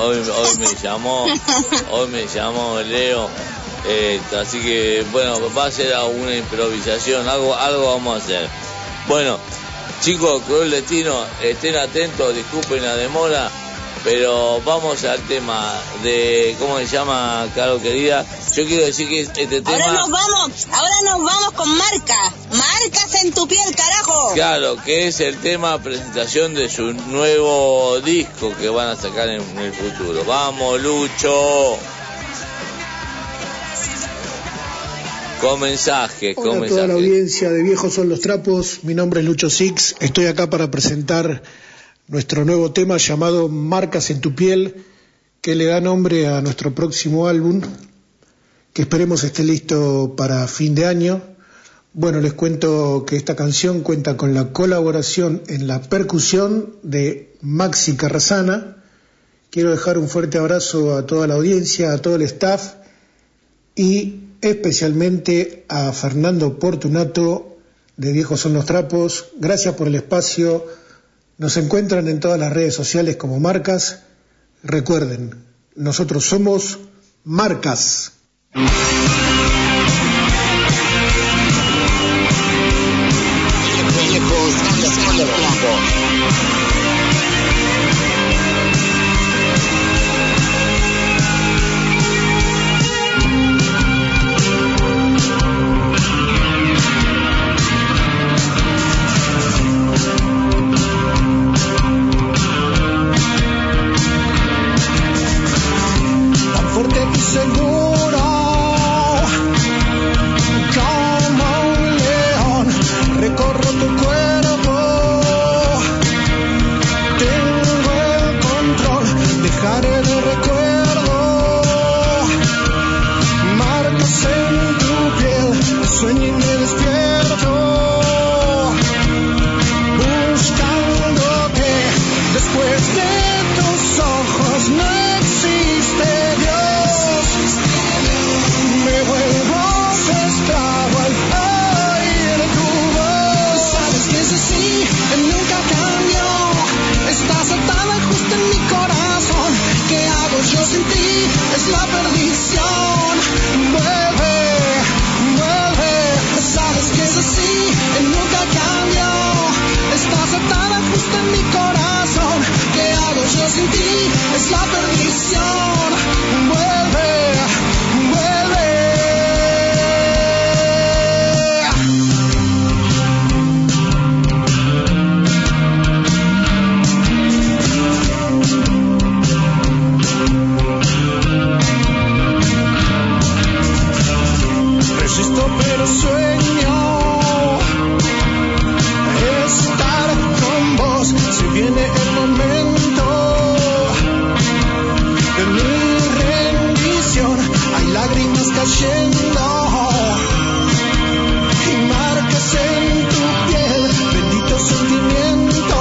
me llamó Leo, así que bueno, va a ser alguna improvisación, algo vamos a hacer. Bueno, chicos, Cruel Destino, estén atentos, disculpen la demora, pero vamos al tema de, ¿cómo se llama, Caro querida? Yo quiero decir que este tema... Ahora nos vamos con marcas en tu piel, carajo. Claro, que es el tema presentación de su nuevo disco que van a sacar en el futuro. ¡Vamos, Lucho! Con mensajes, Hola con a toda la mensajes. audiencia de Viejos son los Trapos, mi nombre es Lucho Six, estoy acá para presentar nuestro nuevo tema llamado Marcas en tu piel, que le da nombre a nuestro próximo álbum, que esperemos esté listo para fin de año. Bueno, les cuento que esta canción cuenta con la colaboración en la percusión de Maxi Carrasana. Quiero dejar un fuerte abrazo a toda la audiencia, a todo el staff y especialmente a Fernando Portunato de Viejos Son los Trapos. Gracias por el espacio. Nos encuentran en todas las redes sociales como Marcas. Recuerden, nosotros somos Marcas. Viejos son los trapos. Seguro como un león recorro tu cuerpo, tengo el control, dejaré de recuerdo, marcas en tu piel, sueño y me despierto, buscándote, después de tus ojos no existe Dios. Me vuelvo esclavo al oír tu voz. Sabes que es así, nunca cambió. Estás atada justo en mi corazón. ¿Qué hago yo sin ti? Es la perdición. Vuelve, vuelve. Sabes que es así, nunca cambió. Estás atada justo en mi corazón. ¿Qué hago yo sin ti? Es la perdición. Vuelve, vuelve. Resisto pero sueño estar con vos. Si viene el momento de mi rendición, hay lágrimas cayendo y marcas en tu piel, bendito sentimiento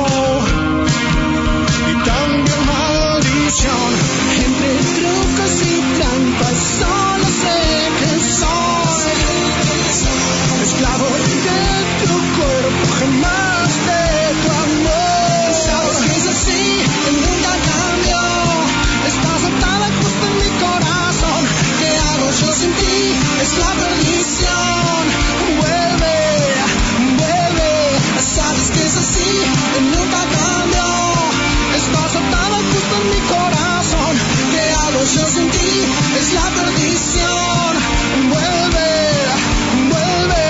y también maldición. Entre trucos y trampas solo sé que soy esclavo de tu cuerpo, jamás de tu amor. Sabes que es así, nunca cambió. Estás atada justo en mi corazón. ¿Qué hago yo sin ti? Es la perdición. Vuelve, vuelve. Sabes que es así, nunca cambió. Estás atada justo en mi corazón. ¿Qué hago yo sin ti? Es la perdición. Vuelve, vuelve.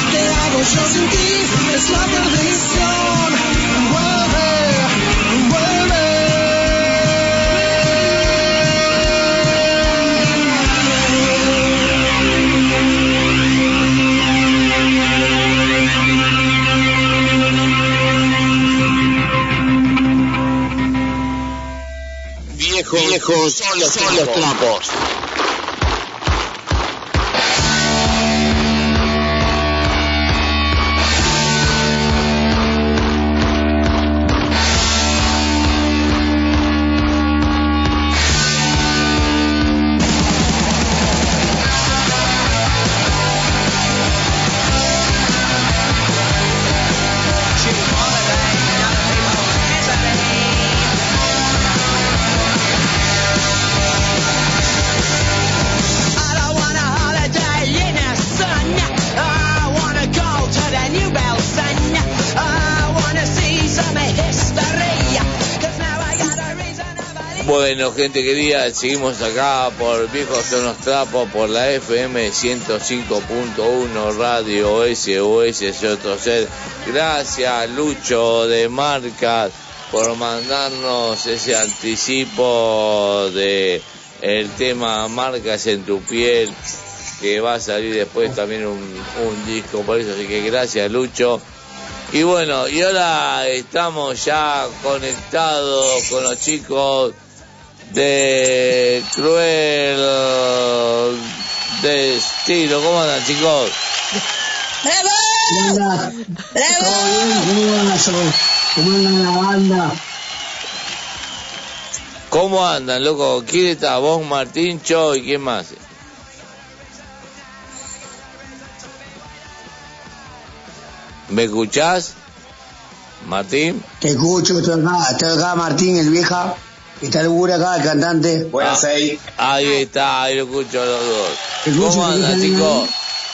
Yo sin ti es la perdición. Vuelve, vuelve. viejos son los trapos. Bueno, gente querida, seguimos acá por Viejos Son los Trapos, por la FM 105.1 Radio SOS Ser. Gracias, Lucho de Marcas, por mandarnos ese anticipo de el tema Marcas en tu piel, que va a salir después también un disco por eso, así que gracias, Lucho. Y bueno, y ahora estamos ya conectados con los chicos de Cruel Destino. ¿Cómo andan, chicos? ¡Bravo! ¡Bravo! ¿Cómo andan la banda? ¿Cómo andan, loco? ¿Quién está? ¿Vos, Martín, Cho y quién más? ¿Me escuchás, Martín? Te escucho, estoy acá Martín, el vieja. Está el Gura acá, el cantante. Buenas seis. Ahí está, ahí lo escucho a los dos. ¿Cómo andan, chicos?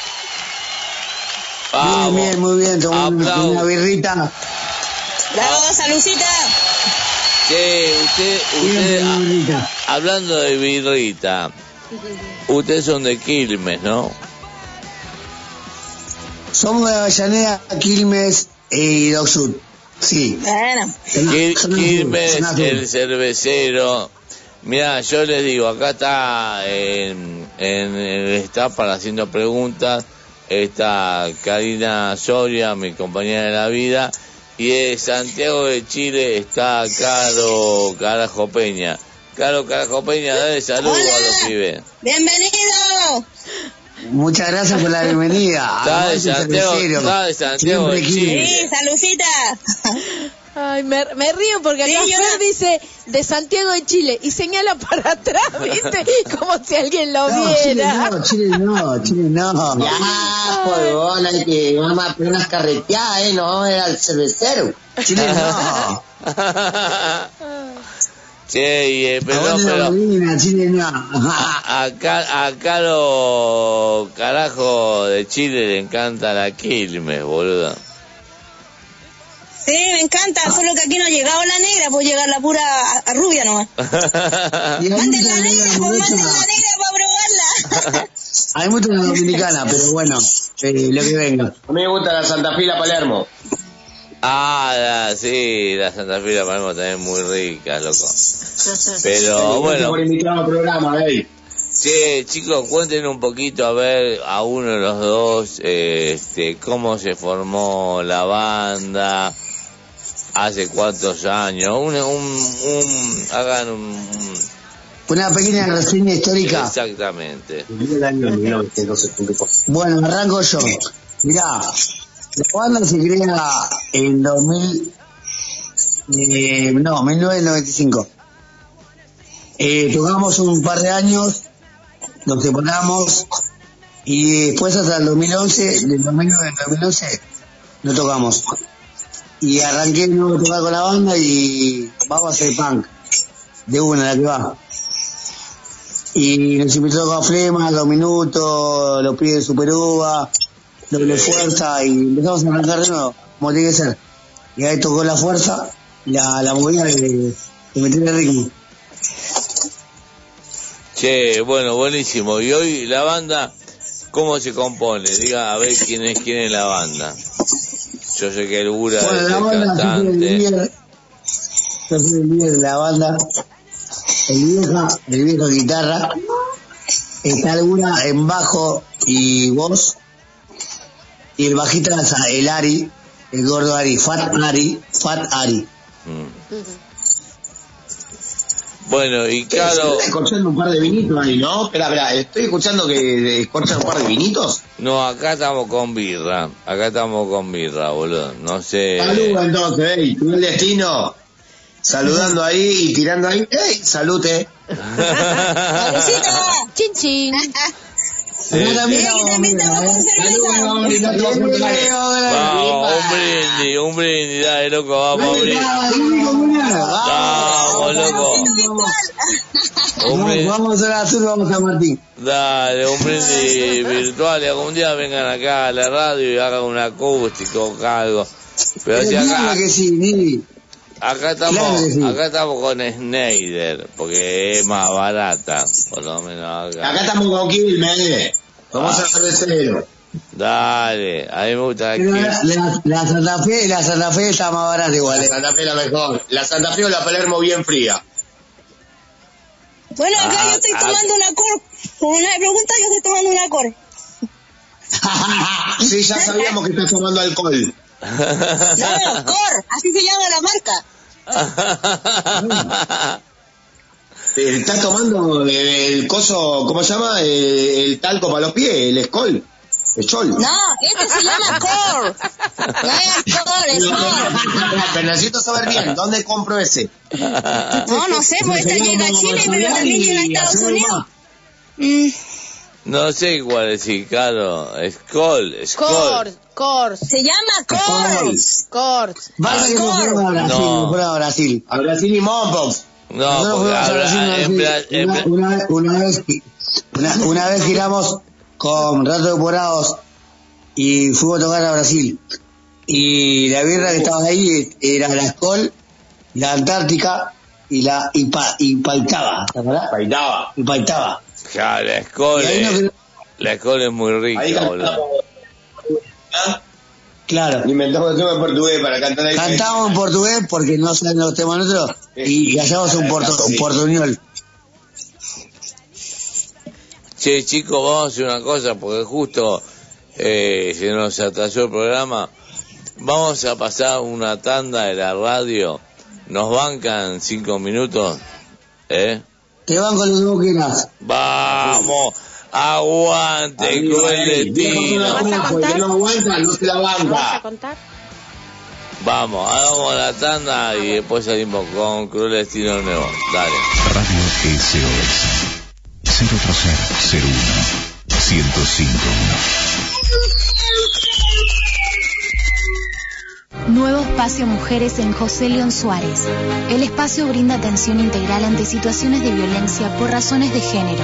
Bien, bien, muy bien. Tomando una birrita. ¡Bravo, Salucita! Sí, usted hablando de birrita, ustedes son de Quilmes, ¿no? Somos de Avellaneda, Quilmes y Dock Sud. Sí. Bueno. Quilmes, el cervecero. Mirá, yo les digo, acá está en el staff para haciendo preguntas, está Karina Soria, mi compañera de la vida, y de Santiago de Chile está Caro Carajo Peña. Caro Carajo Peña, dale saludos a los pibes. ¡Bienvenido! Muchas gracias por la bienvenida. Está de Santiago de Chile. Sí, Salucita. Ay, me río porque acá Fer dice de Santiago de Chile y señala para atrás, ¿viste? Como si alguien lo viera. Chile no. Ya, pues hay que vamos a poner unas carreteadas, no vamos a ir al cervecero. Chile no. Che, pero acá lo carajo de Chile le encanta la Quilmes, boludo. Sí, me encanta, solo que aquí no ha llegado la negra, puede llegar la pura rubia nomás. Manden la negra, para probarla. Hay mucha dominicana, pero bueno, lo que venga. A mí me gusta la Santa Fe y la Palermo. Sí, la Santa Fe y la Palermo también muy ricas, loco. Pero bueno. Por invitar al programa, Sí, chicos, cuenten un poquito a ver a uno de los dos, cómo se formó la banda, hace cuántos años, hagan una pequeña reseña histórica. Exactamente. Bueno, arranco yo. Mirá, la banda se crea en 1995. Tocamos un par de años, nos separamos y después hasta el 2011, del 2009 al 2011, no tocamos. Y arranqué de nuevo a tocar con la banda y vamos a hacer punk, de una, la que va. Y nos invitó a tocar Flema, 2 minutos, los pibes de Super Uva, Doble Fuerza, y empezamos a arrancar de nuevo, como tiene que ser. Y ahí tocó La Fuerza, la movida de meter el ritmo. Che, bueno, buenísimo. Y hoy la banda, ¿cómo se compone? Diga, a ver quién es la banda. Yo sé que el Gura es el cantante. Yo soy el líder de la banda. El viejo guitarra. Está el Gura en bajo y voz. Y el bajista es el Ari, el gordo Ari, Fat Ari. Bueno, y Claro. Caro... Estoy escuchando un par de vinitos ahí, ¿no? Espera, estoy escuchando que escuchan un par de vinitos. No, acá estamos con birra, boludo, no sé... Salud entonces, el destino. Saludando ahí y tirando ahí. ¡Ey! ¡Salute! ¡Chin, chin! Vamos, un brindis, dale, loco, vamos, un brindis. Vamos, loco. Vamos a la sur, vamos a Martín. Dale, un brindis virtual y algún día vengan acá a la radio y hagan un acústico o algo. Pero si acá... que sí, Nini. Acá estamos con Schneider, porque es más barata, por lo menos acá. Acá estamos con Quilmes. Vamos a hacer de cero. Dale, a mí me gusta aquí. La Santa Fe está más barata igual. La Santa Fe es la mejor. La Santa Fe o la Palermo bien fría. Bueno, acá yo estoy tomando una cor. Como una pregunta, yo estoy tomando una cor. Sí, ya sabíamos que estás tomando alcohol. No, cor, así se llama la marca. Estás tomando el coso, ¿cómo se llama? El talco para los pies, el Skol. El Chol. No, este se llama cor. No es cor, es cor. Pero necesito saber bien, ¿dónde compro ese? No sé, pues esta llega a Chile, pero también llega a Estados Unidos. No sé cuál es, Caro. Skol. Se llama Cor. Vas a que nos fueron a Brasil, No. nos fueron a Brasil. A Brasil y Mompox. No, Nosotros porque una vez giramos con Rato de Porados y fuimos a tocar a Brasil. Y la birra que estaba ahí era la Skol, la Antártica y la Ipaitaba. ¿Te acordás? Ipaitaba. Ja, la Skol es muy rica, boludo. Claro. Inventamos el tema en portugués para cantar ahí. Cantamos en portugués porque no saben los temas nuestros y hacemos un portuñol. Che, chicos, vamos a hacer una cosa porque justo se nos atrasó el programa. Vamos a pasar una tanda de la radio. ¿Nos bancan 5 minutos? Te banco lo que vos quieras. ¡Vamos! ¡Aguante, cruel destino! No aguanta, no se la banca. ¿Vas a contar? Vamos, hagamos la tanda y después salimos con Cruel Destino nuevo. Dale. Radio SOS 03001 1051. Nuevo espacio Mujeres en José León Suárez. El espacio brinda atención integral ante situaciones de violencia por razones de género.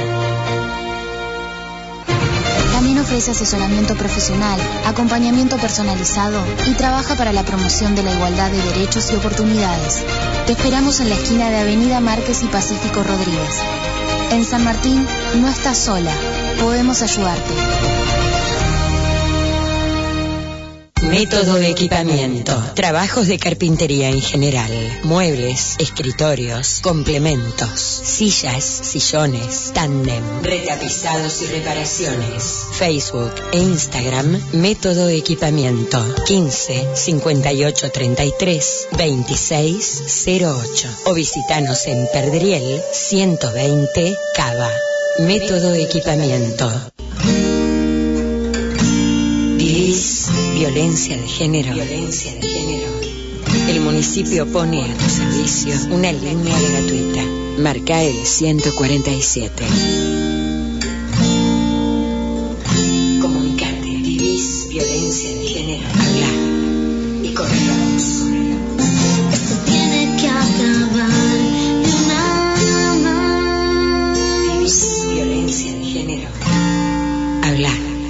También ofrece asesoramiento profesional, acompañamiento personalizado y trabaja para la promoción de la igualdad de derechos y oportunidades. Te esperamos en la esquina de Avenida Márquez y Pacífico Rodríguez. En San Martín no estás sola, podemos ayudarte. Método de equipamiento. Trabajos de carpintería en general. Muebles, escritorios, complementos, sillas, sillones, tándem, retapizados y reparaciones. Facebook e Instagram, Método Equipamiento. 15 58 33 26 08. O visitanos en Perdriel 120 Cava. Método Equipamiento. ¿Vivís violencia de género? El municipio pone a tu servicio una línea gratuita. Marca el 147. Comunicate. ¿Vivís violencia de género? Habla y corre la voz. Esto tiene que acabar de una vez. ¿Vivís violencia de género? Habla.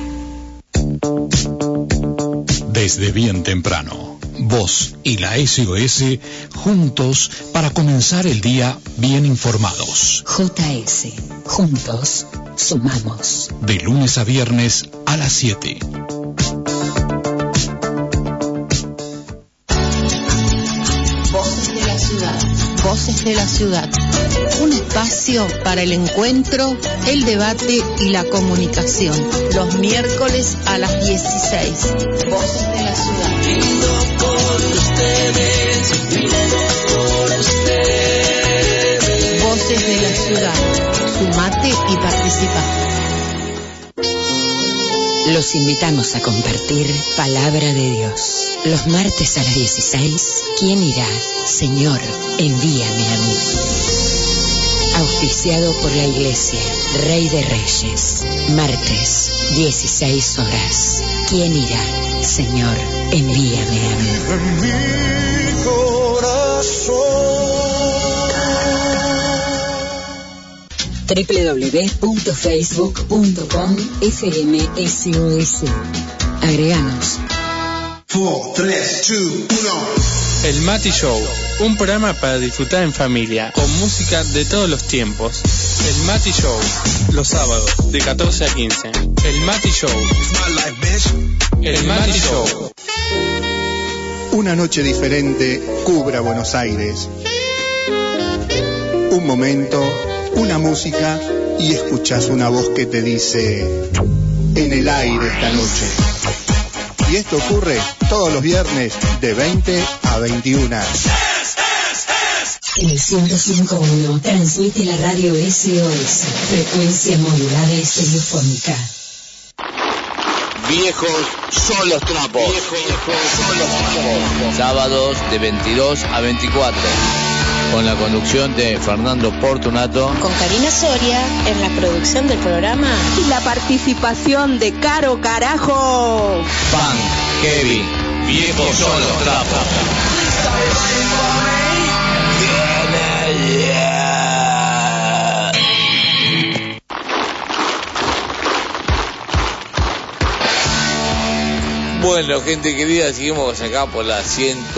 Desde bien temprano, vos y la SOS juntos para comenzar el día bien informados. JS, juntos sumamos. De lunes a viernes a las 7. Voces de la ciudad. Voces de la ciudad. Un espacio para el encuentro, el debate y la comunicación. Los miércoles a las 16. Voces de la ciudad. Brindo por ustedes, brindo por ustedes. Voces los invitamos a compartir Palabra de Dios. Los martes a las 16, ¿quién irá? Señor, envíame a mí. Auspiciado por la Iglesia Rey de Reyes. Martes, 16 horas. ¿Quién irá? Señor, envíame a mí. En mi corazón. www.facebook.com/FMSOS. Agreganos. 4, 3, 2, 1. El Mati Show, un programa para disfrutar en familia, con música de todos los tiempos. El Mati Show, los sábados, de 14 a 15. El Mati Show. El Mati Show. Una noche diferente cubre a Buenos Aires. Un momento, una música y escuchas una voz que te dice: en el aire esta noche. Y esto ocurre todos los viernes de 20 a 21. En el 105.1 transmite la radio SOS, frecuencia modulada y estereofónica. Viejos son los trapos. Viejos son los trapos. Sábados de 22 a 24. Con la conducción de Fernando Portunato. Con Karina Soria en la producción del programa. Y la participación de Caro Carajo. Pan, Kevin, viejos son los trapos. Bueno, gente querida, seguimos acá por la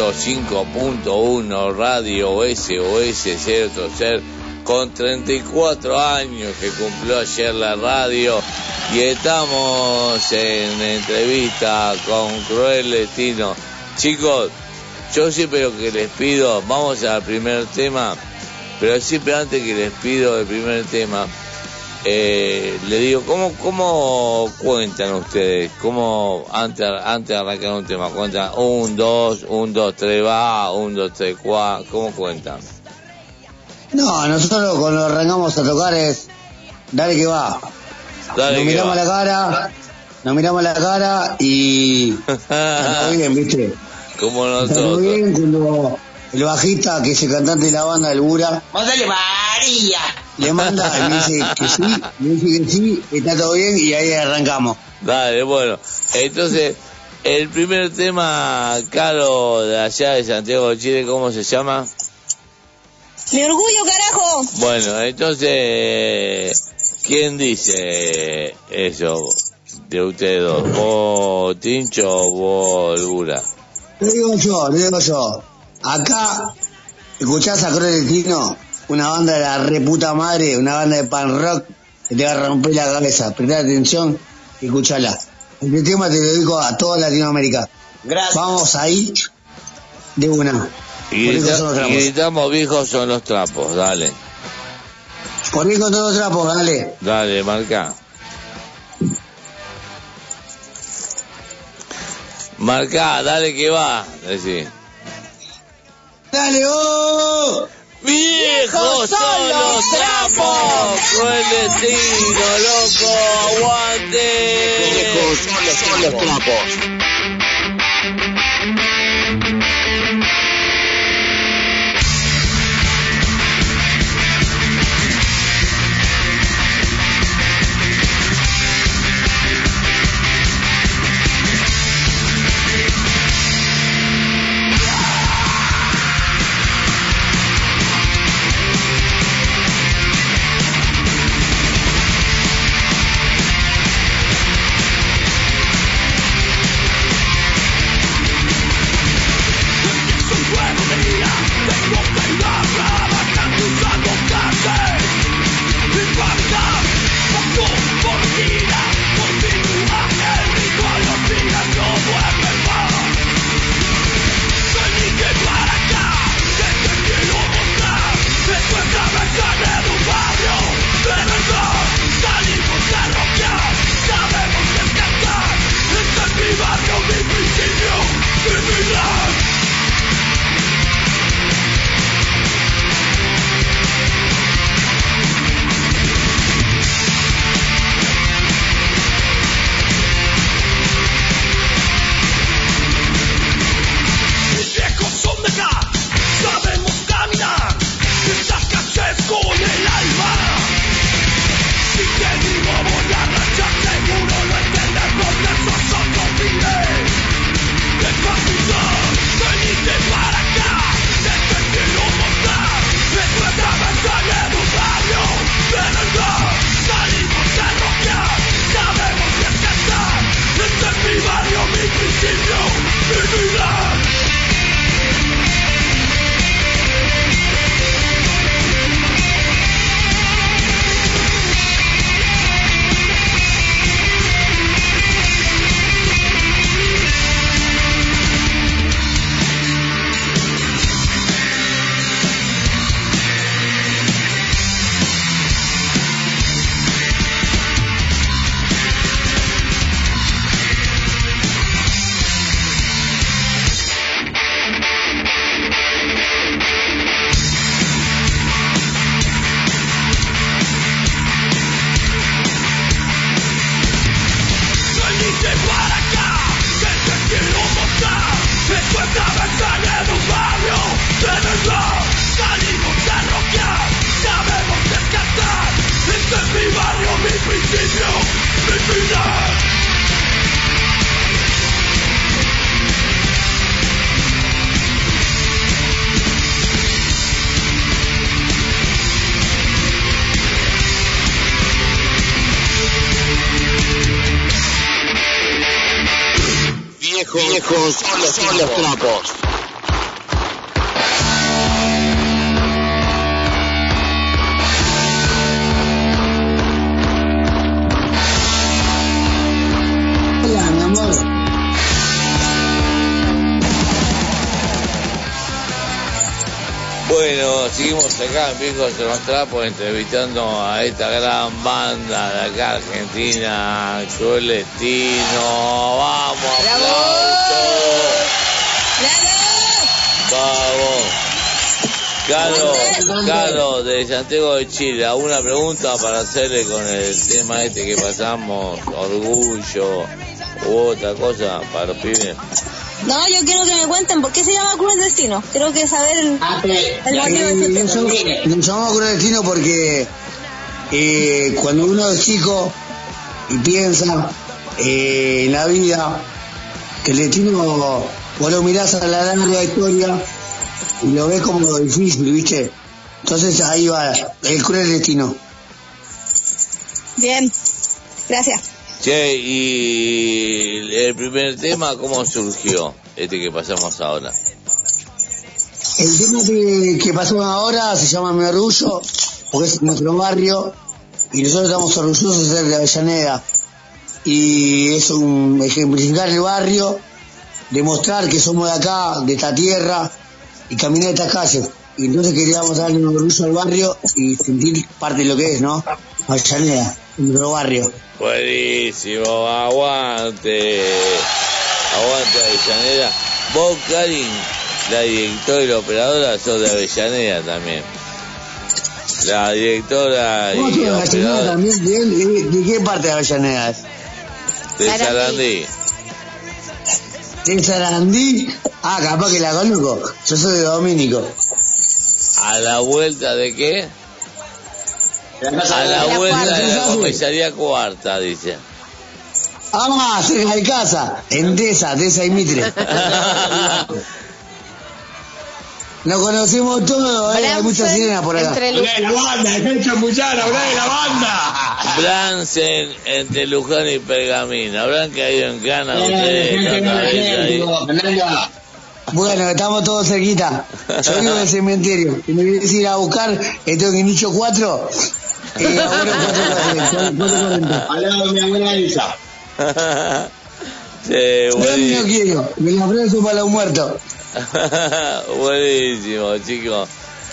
105.1 Radio SOS Cierto Ser, con 34 años que cumplió ayer la radio, y estamos en entrevista con Cruel Destino. Chicos, yo siempre lo que les pido, vamos al primer tema, pero siempre antes que les pido el primer tema, le digo, ¿cómo cuentan ustedes? ¿Cómo antes de arrancar un tema? ¿Cuentan 1, 2, 1, 2, 3, va, 1, 2, 3, 4? ¿Cómo cuentan? No, nosotros cuando arrancamos a tocar es, dale que va. Nos miramos la cara y está bien, ¿viste? Como nosotros. Está bien cuando el bajista, que es el cantante de la banda, el Bura, ¡Mándale María! le manda y me dice que sí, está todo bien, y ahí arrancamos. Dale, bueno, entonces, el primer tema, Caro, de allá de Santiago de Chile, ¿cómo se llama? ¡Mi orgullo, carajo! Bueno, entonces, ¿quién dice eso de ustedes dos? ¿Vos, Tincho, o vos, Bura? Le digo yo. Acá, escuchás a Cruel Destino, una banda de la reputa madre, una banda de pan rock que te va a romper la cabeza. Prestá atención y escuchala. Este tema te lo dedico a toda Latinoamérica. Gracias. Vamos ahí de una. Y gritamos, viejos son los trapos, dale. Por ahí con todos los trapos, dale. Dale, marca. Marca, dale que va, decí. ¡Dale, oh! ¡Viejos son los trapos! ¡Cruel Destino, loco! ¡Aguante! ¡Viejos son los trapos! son los trapos. Hola, mi amor. Bueno, seguimos acá en Viejos de los Trapos entrevistando a esta gran banda de acá Argentina, Cruel Destino. ¡Vamos, aplausos! ¡Vamos! Caro de Santiago de Chile, una pregunta para hacerle con el tema este que pasamos, orgullo u otra cosa para los pibes. No, yo quiero que me cuenten por qué se llama Cruel Destino. Quiero que saber el motivo de este tema. Nos llamamos Cruel Destino porque cuando uno es chico y piensa en la vida, que el destino, vos lo mirás a la larga historia y lo ves como difícil, ¿viste? Entonces ahí va el Cruel Destino. Bien, gracias. Che, y el primer tema, ¿cómo surgió? Este que pasamos ahora. El tema que pasamos ahora se llama Mi Orgullo, porque es nuestro barrio, y nosotros estamos orgullosos de ser de Avellaneda. Y es un ejemplificar el barrio, demostrar que somos de acá, de esta tierra, y caminar estas calles. Y entonces queríamos darle un orgullo al barrio y sentir parte de lo que es, ¿no? Avellaneda, nuestro barrio. Buenísimo, aguante Avellaneda. Vos, Karin, la directora y la operadora, sos de Avellaneda también. La directora ¿Cómo y de la Avellaneda operadora también? ¿De qué parte de Avellaneda es? de Sarandí. ¿De Sarandí? Ah, capaz que la conozco. Yo soy de Domínico. ¿A la vuelta de qué? A la vuelta de la comisaría cuarta, dice. Ah, cerca de casa, en Deza y Mitre. Nos conocemos todos, hay muchas sirenas por acá. Hablá de la banda, dejá chamullar, hablá de la banda. Bransen entre Luján y Pergamino. Habrán caído en cana ustedes tantas veces ahí. Bueno, estamos todos cerquita. Yo vivo en el cementerio. Si me quieres ir a buscar, estoy en Nicho 4. Al lado de mi abuela Elsa. Sí, no quiero, me la ofrezco para los muertos. Buenísimo, chicos.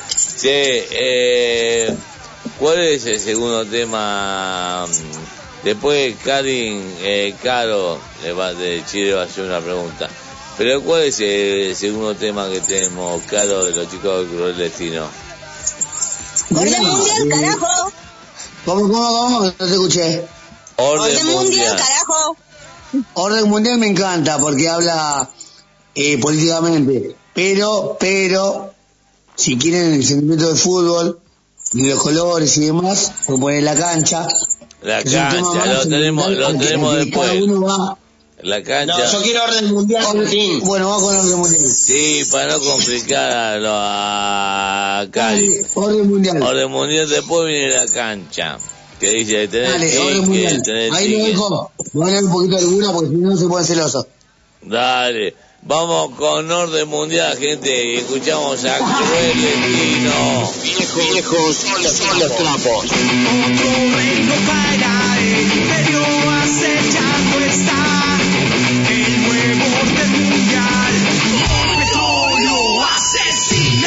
Sí, ¿cuál es el segundo tema? Después Karin, Caro de Chile va a hacer una pregunta. Pero ¿cuál es el segundo tema que tenemos, Caro, de los chicos de Cruel Destino? Orden mundial, carajo. ¿Cómo? No te escuché. Orden mundial, carajo. Orden mundial me encanta porque habla políticamente. Pero, si quieren el sentimiento del fútbol, y los colores y demás, pueden poner la cancha. La cancha, lo tenemos después. Cada uno va. La cancha. No, yo quiero orden mundial, Martín. Bueno, vamos con orden mundial. Sí, para no complicar a Cari. Orden mundial. Orden mundial, después viene la cancha. Que dice tener Dale, orden mundial. Ahí lo dejo. Voy a leer un poquito de alguna porque si no se pueden celosos. Dale. Vamos con orden mundial, gente, y escuchamos a Cruel Destino. Viejos son los trapos. Otro reino caerá, el imperio acechando está. El nuevo orden mundial, con petróleo asesina.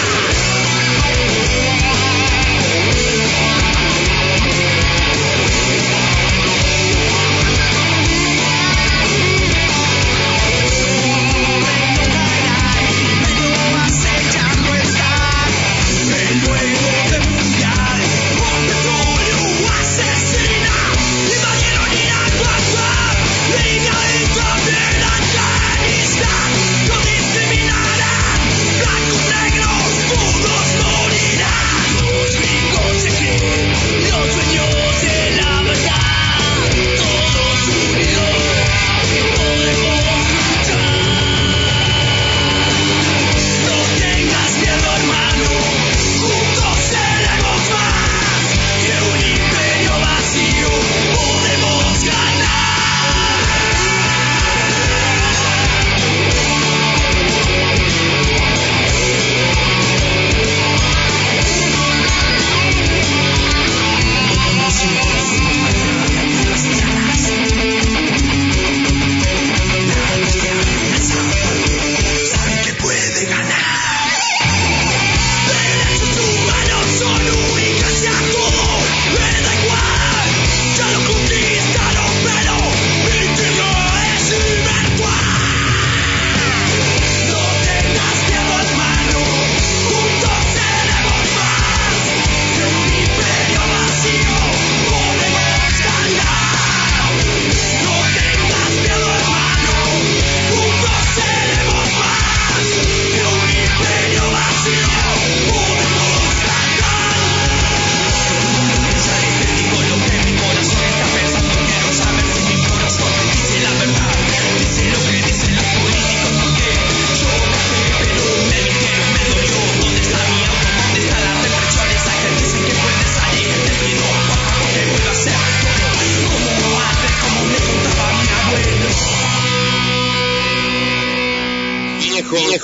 El nuevo orden mundial, con petróleo asesina.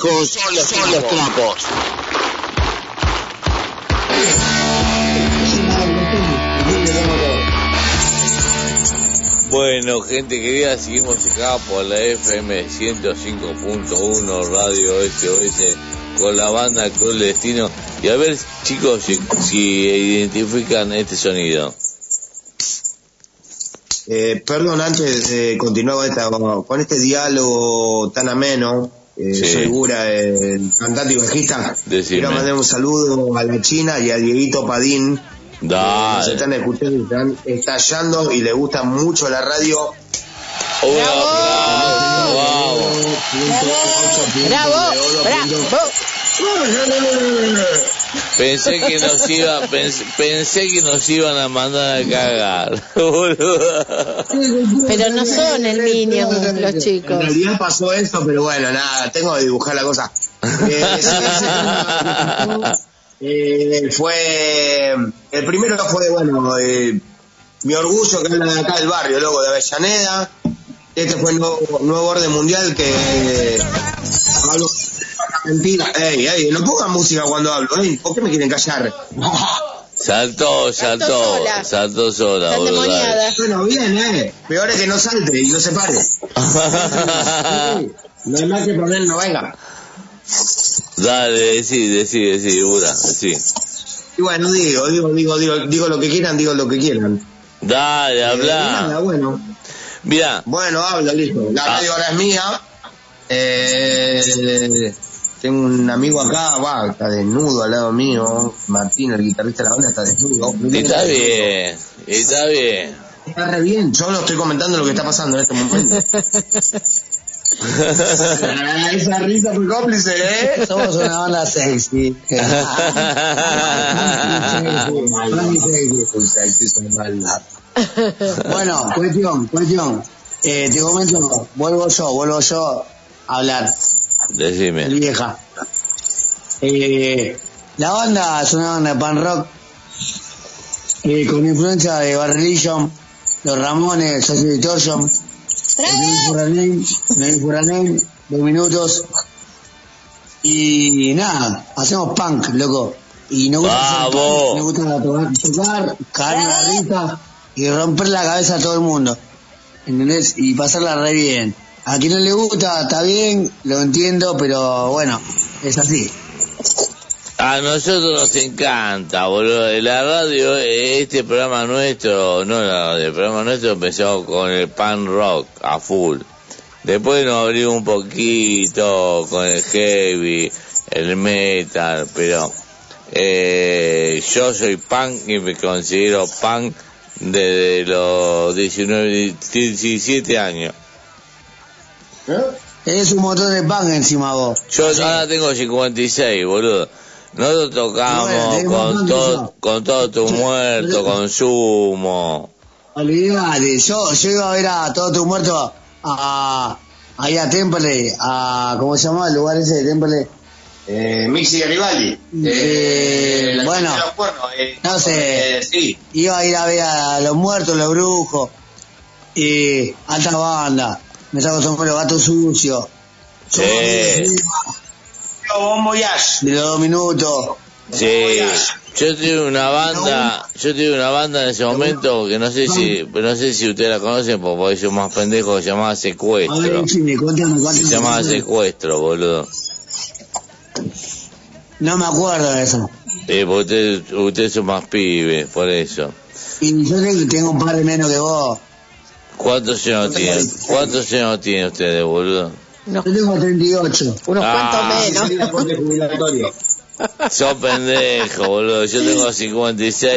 pendejos son los trapos. Bueno, gente querida, seguimos acá por la FM 105.1 Radio SOS con la banda Clandestino. Y a ver, chicos, si identifican este sonido. Perdón, antes de continuar con este diálogo tan ameno, soy Gura, el cantante y bajista. Quiero mandar un saludo a la China y a Dieguito Padín. Nos están escuchando y están estallando y les gusta mucho la radio. ¡Bravo! Pensé que nos iban a mandar a cagar. Pero no son el Minion los chicos. En realidad pasó eso, pero bueno, nada, tengo que dibujar la cosa. El primero fue, bueno, mi orgullo, que habla de acá del barrio, loco, de Avellaneda. Este fue el nuevo orden mundial que hablo Argentina. Ey, no pongan música cuando hablo, ¿por qué me quieren callar? Saltó sola, boludo. Bueno, bien, peor es que no salte y no se pare. No hay más que poner, no venga. Dale, decí, Bura, decí. Y bueno, digo lo que quieran, Dale, habla. Nada, bueno. Mirá. Bueno, habla, listo. La radio ahora es mía. Tengo un amigo acá, está desnudo al lado mío. Martín, el guitarrista de la banda, está desnudo. Está bien. Está re bien. Yo no estoy comentando lo que está pasando en este momento. Esa risa fue cómplice, ¿eh? Somos una banda sexy. Bueno, cuestión. Te comento, vuelvo yo a hablar. Decime. Vieja. La banda es una banda de pan rock con influencia de Bad Religion, Los Ramones, Social Distortion, Name, 2 minutos. Y nada, hacemos punk, loco. Y nos gusta tocar, caer en la risa y romper la cabeza a todo el mundo. ¿Entendés? Y pasarla re bien. A quien no le gusta, está bien, lo entiendo, pero bueno, es así. A nosotros nos encanta, boludo. La radio, este programa nuestro, no la radio, el programa nuestro empezó con el punk rock a full. Después nos abrimos un poquito con el heavy, el metal, pero yo soy punk y me considero punk desde los 17 años. Es un montón de punk encima vos. Yo ahora tengo 56, boludo. Nosotros tocamos con todo tu muerto, con Sumo. Olvídate, yo iba a ver a Todo tu muerto ahí a Temple, ¿cómo se llama el lugar ese de Temple? Mixi Garibaldi. Bueno, no sé, sí. Iba a ir a ver a Los Muertos, Los Brujos, y alta banda. Me saco tomar los Gatos Sucios. De los 2 minutos. Sí, yo tuve una banda en ese momento que no sé si ustedes la conocen porque soy más pendejo, se llamaba Secuestro. Se llamaba Secuestro, boludo. No me acuerdo de eso. Porque ustedes son más pibes, por eso. Y yo tengo un par de menos que vos. ¿Cuántos años tienen ustedes, boludo? Yo tengo 38. Unos cuantos menos. Sos pendejo, boludo. Yo tengo 56.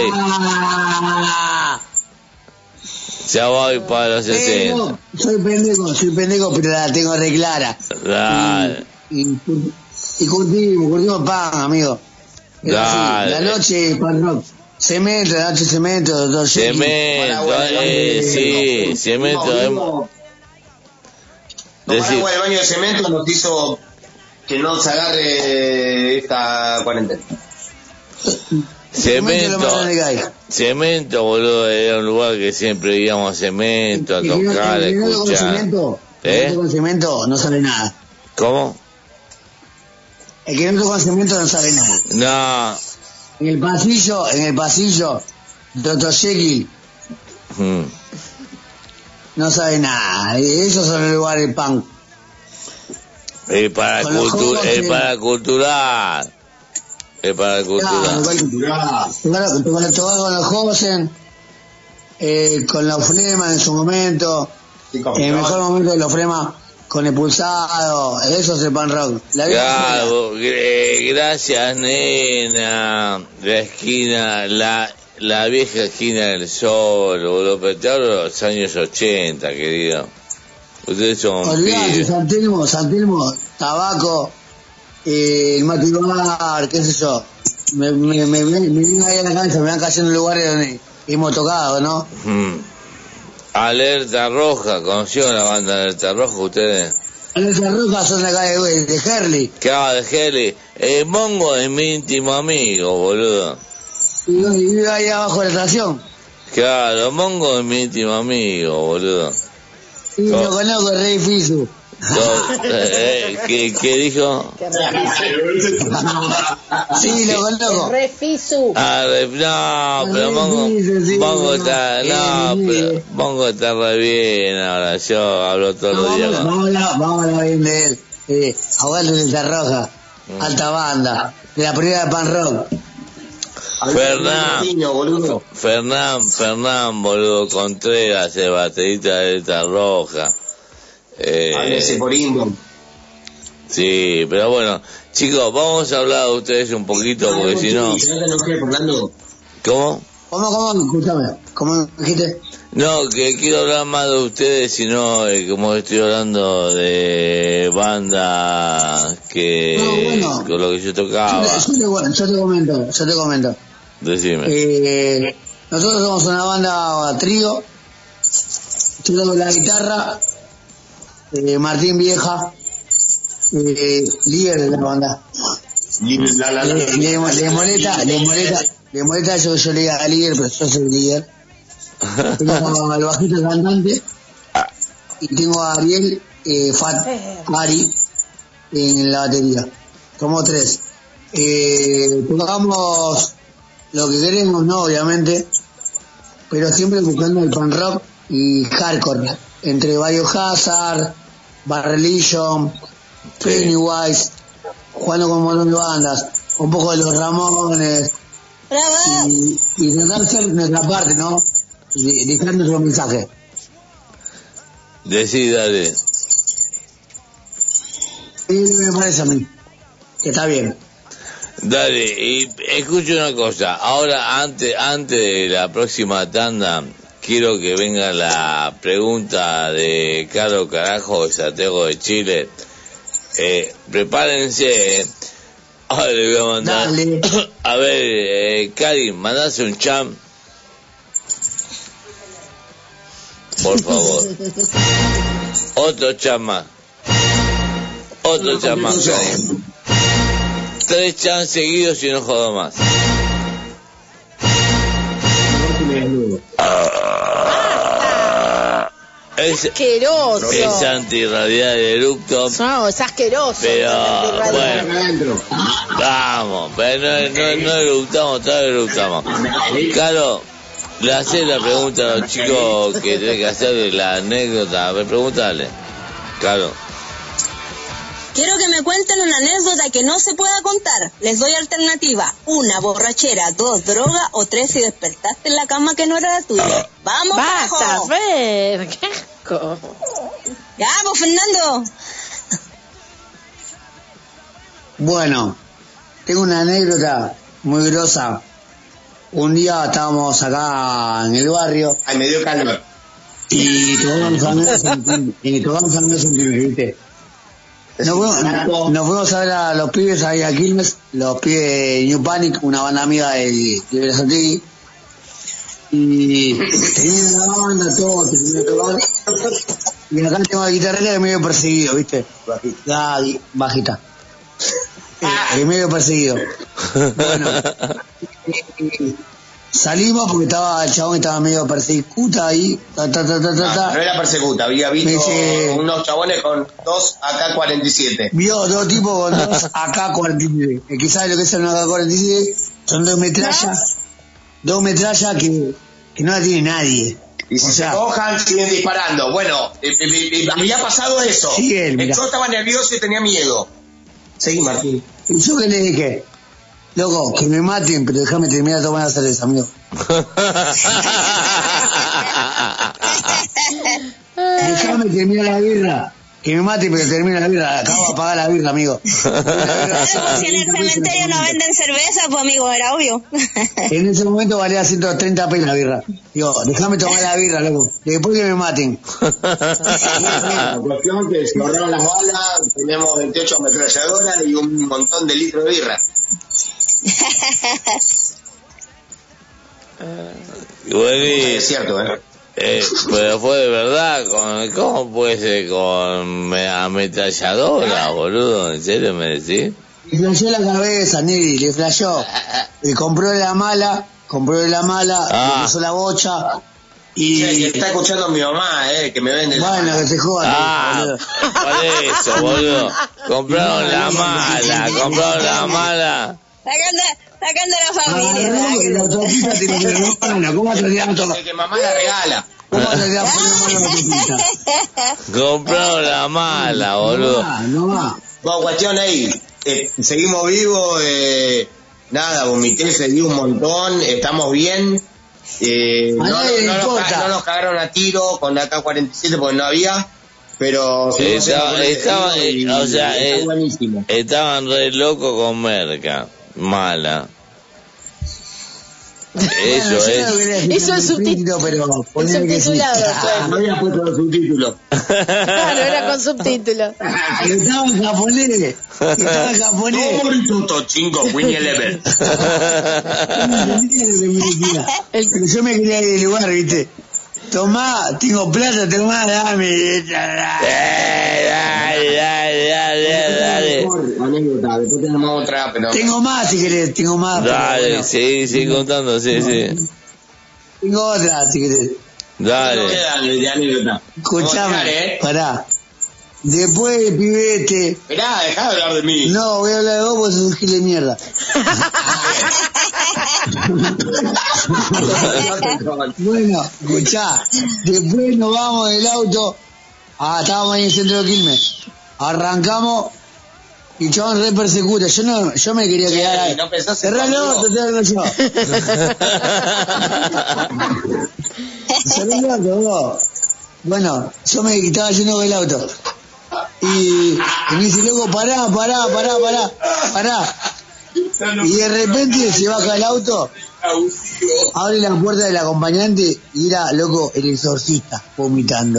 Ya voy para los 60. Soy pendejo, pero la tengo re clara. Y curtimos pan, amigo. Dale. La noche pan rock. Cemento, dos Cemento, sí, Cemento. El baño de cemento nos hizo que no se agarre esta cuarentena. Cemento, boludo, era un lugar que siempre íbamos a Cemento, a tocar, a escuchar. Con cemento no sale nada. ¿Cómo? El que no tocó cemento no sabe nada. No. En el pasillo, Dr. Jekyll no sabe nada. Esos son los lugares punk. Es para cultural. Tocar con los Hosen, con los Flemas en su momento, en el mejor momento de los Flemas con el Pulsado, eso es el pan rock. Claro, gracias nena, la esquina, la vieja esquina del sol, boludo, pero te hablo de los años 80, querido. Ustedes son olvidate, San Telmo, Tabaco, el Mati Bar, qué sé yo. Me vienen ahí a la cabeza, me van cayendo en lugares donde hemos tocado, ¿no? Alerta Roja, ¿conocieron la banda Alerta Roja ustedes? Alerta Roja son de acá de Herley. Claro, de Herley. Mongo es mi íntimo amigo, boludo. Y vive ahí abajo de la estación. Claro, Mongo es mi íntimo amigo, boludo. Sí, lo conozco, el Rey Fisu. ¿Qué dijo? Sí, lo conozco. Refisu. No, pero Mongo está re bien ahora. Yo hablo todos los días. Vamos a hablar bien de él. Aguante de Alerta Roja. Alta banda. De la primera de pan rock. Fernán, boludo, Contreras, el baterista de Alerta Roja. Háblese por inbox. Sí, pero bueno, chicos, vamos a hablar de ustedes un poquito, porque si no... ¿Cómo? ¿Cómo? Escúchame. ¿Cómo dijiste? No, que quiero hablar más de ustedes, sino como estoy hablando de bandas que... con lo que yo tocaba. Yo te comento. Decime. Nosotros somos una banda trío. Yo toco la guitarra. Martín Vieja, líder de la banda. Le molesta yo le diga líder, pero yo soy líder. Tengo al bajito cantante y tengo a Ariel Ari en la batería. Somos 3. Tocamos lo que queremos, no, obviamente, pero siempre buscando el pan rock y hardcore. Entre Biohazard, Bad Religion, Pennywise, jugando con un montón de bandas, un poco de los Ramones, y tratar de hacer nuestra parte, ¿no? Y dejar nuestro mensaje. Decí, dale. Me parece a mí, que está bien. Dale, y escucha una cosa, ahora antes de la próxima tanda, quiero que venga la pregunta de Caro Carajo de Santiago de Chile. Prepárense. Ahora le voy a mandar. Dale. A ver, Cari, mandase un cham. Por favor. Otro cham más. Otro cham más, Cari. 3 chams seguidos y no jodo más. Es asqueroso. Es antirradial el eructo. No, es asqueroso. Pero bueno, vamos, pero no eructamos, todos eructamos. Claro, le hace la pregunta a los chicos que tienen que hacer la anécdota. A ver, pregúntale. Claro. Quiero que me cuenten una anécdota que no se pueda contar. Les doy alternativa. 1, borrachera. 2, droga. O 3, si despertaste en la cama que no era la tuya. ¡Vamos, carajo! ¡Vas a ver! ¡Qué asco! ¡Ya, pues, Fernando! Bueno, tengo una anécdota muy grosa. Un día estábamos acá en el barrio. Ay, me dio calor. Y tocamos a ¿viste? Nos fuimos a ver a los pibes ahí a Quilmes, los pibes de New Panic, una banda amiga de Brazategui. Y tenían la banda, todo, y acá tengo la guitarrera de medio perseguido, ¿viste? Bajita. Medio perseguido. Bueno, Salimos porque el chabón estaba medio persecuta ahí. No era persecuta, había visto unos chabones con 2 AK-47. Vio 2 tipos con 2 AK-47. El que sabe lo que es el AK-47 son 2 metrallas. 2 metrallas que no la tiene nadie. Y si se mojan, siguen disparando. Bueno, había pasado eso. Sí, yo estaba nervioso y tenía miedo. Seguí, Martín. Y yo que le dije, loco, que me maten, pero déjame terminar de tomar la cerveza, amigo. Déjame terminar la birra. Que me mate, pero termina la birra. Acabo de pagar la birra, amigo. Si en el cementerio no venden cerveza, pues, amigo, era obvio. En ese momento valía 130 pesos la birra. Digo, déjame tomar la birra, loco. Después que me maten. La cuestión es que se ahorraron las balas, tenemos 28 ametralladoras y un montón de litros de birra. Es cierto, pero fue de verdad, ¿cómo puede ser con ametralladora, boludo? ¿En serio me decís? Le flashó la cabeza, Neri, le flashó. Le compró de la mala, le puso la bocha. Y que está escuchando a mi mamá, que me vende la mala. Que se jodan. Por eso, boludo. Compraron la mala. Sacando la familia. La autopista tiene que regalarla. ¿Cómo te digas? Que mamá la regala. ¿Cómo te digas poner la autopista? Compraron la mala, boludo. No va. Bueno, cuestión ahí. Seguimos vivos. Nada, vomité, se dio un montón. Estamos bien. No nos cagaron a tiro con la AK-47 porque no había. Pero estaban re locos con merca. Mala. Eso es subtítulo, pero subtitulado. No había puesto los subtítulos. Claro, era con subtítulos. Estaba en japonés. Yo me quería ir del lugar, ¿viste? Tomá, tengo plata, tomá, dame. Dale. Anécdota, después tenemos otra, pero... Tengo más si querés, tengo más. Dale, bueno. Sí, contando, sí. Tengo otra si querés. Dale. No queda de anécdota. Escuchame, pará. Después, pibete... Esperá, dejá de hablar de mí. No, voy a hablar de vos porque sos un gil de mierda. Bueno, escuchá. Después nos vamos del auto. Estábamos ahí en el centro de Quilmes. Arrancamos y chabón re persecuta. Yo me quería quedar ahí. No pensás cerrá el orto, te hago yo. Cerrá el orto, vos. Bueno, yo me estaba yendo del auto. Y me dice, loco, pará. Y de repente se baja el auto, abre la puerta del acompañante y era, loco, el exorcista vomitando.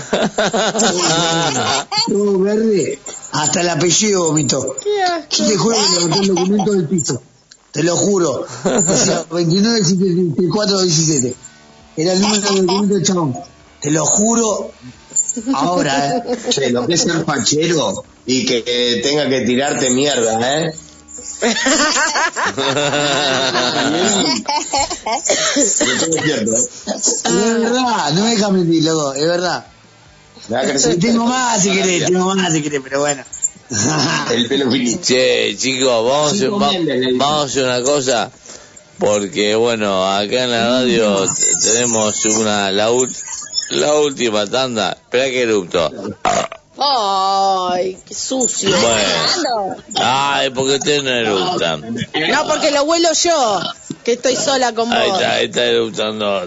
Todo verde, hasta el apellido vomitó. Yo te juro que levantó el documento del piso, te lo juro. O sea, 29-74-17. Era el número del documento del chabón. Te lo juro. Ahora, Che, lo que es ser fachero y que tenga que tirarte mierda, Es verdad, no me dejas mentir, loco, es verdad. Tengo más si querés, pero bueno. El pelo finito. Che, chicos, vamos a hacer una cosa, porque bueno, acá en la radio tenemos la última tanda. Espera que erupto. Ay, qué sucio. Bueno. Ay, ¿por qué ustedes no eruptan? No, porque lo huelo yo, que estoy sola con vos. Ahí está eruptando.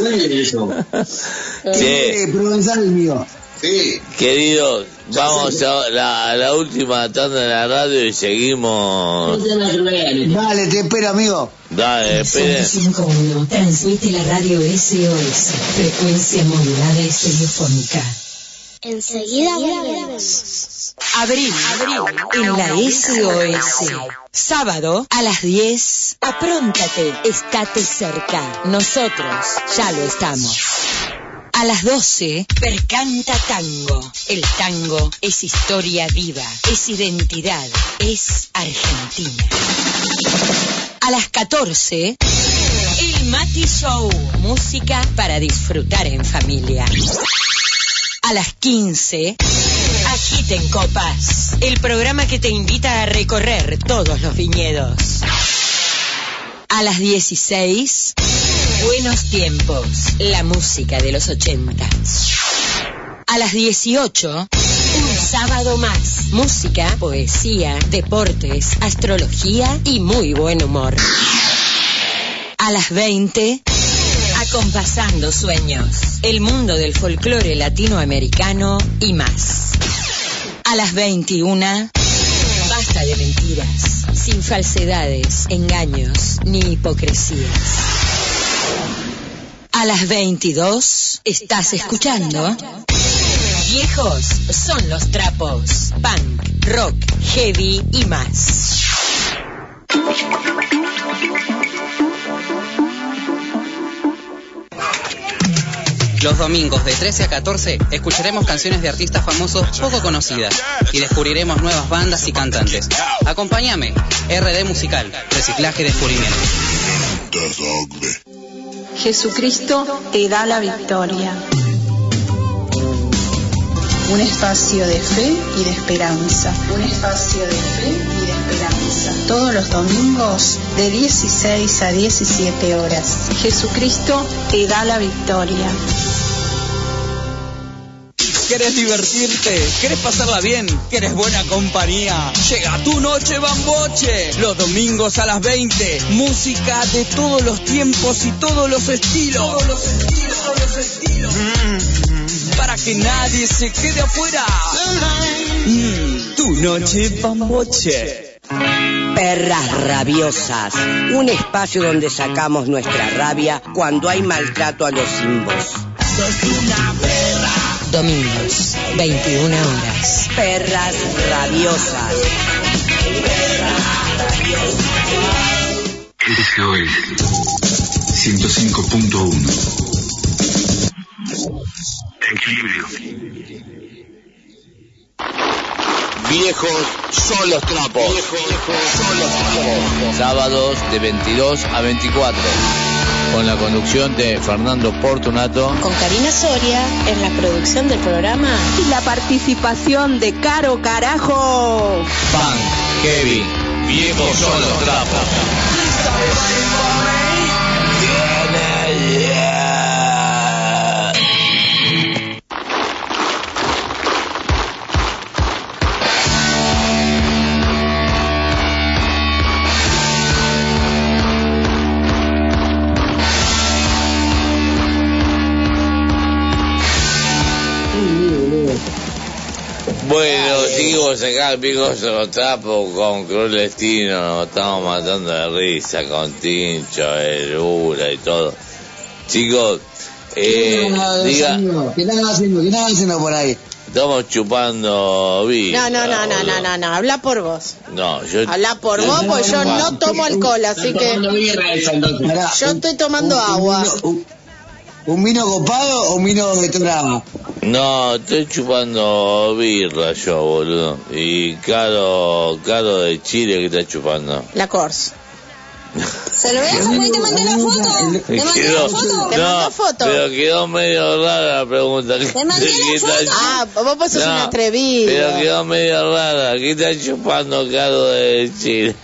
Sí, provenzal el mío. Sí. Queridos, vamos a la última tanda de la radio y seguimos. Dale, te espero, amigo. Dale, esperen. 105.1 transmite la radio SOS, frecuencia modulada y telefónica. Enseguida volvemos. Abril en la SOS. Sábado a las 10. Apróntate, estate cerca. Nosotros ya lo estamos. A las 12, Percanta Tango. El tango es historia viva, es identidad, es Argentina. A las 14, El Mati Show. Música para disfrutar en familia. A las 15, Agiten Copas. El programa que te invita a recorrer todos los viñedos. A las 16, Buenos Tiempos. La música de los 80. A las 18, Un Sábado Más. Música, poesía, deportes, astrología y muy buen humor. A las 20, Acompasando Sueños. El mundo del folclore latinoamericano y más. A las 21, Basta de mentiras. Sin falsedades, engaños ni hipocresías. A las 22, estás escuchando Viejos son los trapos. Punk, rock, heavy y más. Los domingos de 13 a 14 escucharemos canciones de artistas famosos poco conocidas y descubriremos nuevas bandas y cantantes. Acompáñame, RD Musical, Reciclaje y Descubrimiento. Jesucristo te da la victoria. Un espacio de fe y de esperanza. Un espacio de fe y de esperanza. Todos los domingos de 16 a 17 horas. Jesucristo te da la victoria. ¿Querés divertirte? ¿Querés pasarla bien? ¿Querés buena compañía? Llega Tu Noche Bamboche. Los domingos a las 20. Música de todos los tiempos y todos los estilos. Todos los estilos, todos los estilos. Para que nadie se quede afuera. Tu Noche Bamboche. Perras Rabiosas, un espacio donde sacamos nuestra rabia cuando hay maltrato a los simbos. Domingos, 21 horas. Perras Rabiosas. Esto es 105.1. Equilibrio. Viejos son los trapos. Viejos son los trapos. Sábados de 22 a 24. Con la conducción de Fernando Fortunato. Con Karina Soria en la producción del programa. Y la participación de Caro Carajo. Punk, Kevin, viejos son los trapos. Bueno, seguimos acá, Viejos son los trapos con Cruel Destino, nos estamos matando de risa con Tincho, el Ura y todo. Chicos, diga... ¿Qué están haciendo por ahí? Estamos chupando vino. No, habla por vos. No, yo... Habla por vos, porque yo no tomo alcohol, así que... Yo estoy tomando agua. ¿Un vino copado o un vino de brava? No, estoy chupando birra yo, boludo. Y Caro de Chile, ¿qué está chupando? La Corse. ¿Cerveza? ¿Pues te mandé la foto? ¿Te mandé la foto? ¿Te mandó foto? Pero quedó medio rara la pregunta. ¿Te mandé la foto? Ah, vos sos un atrevido. Pero quedó medio rara. ¿Qué está chupando Caro de Chile?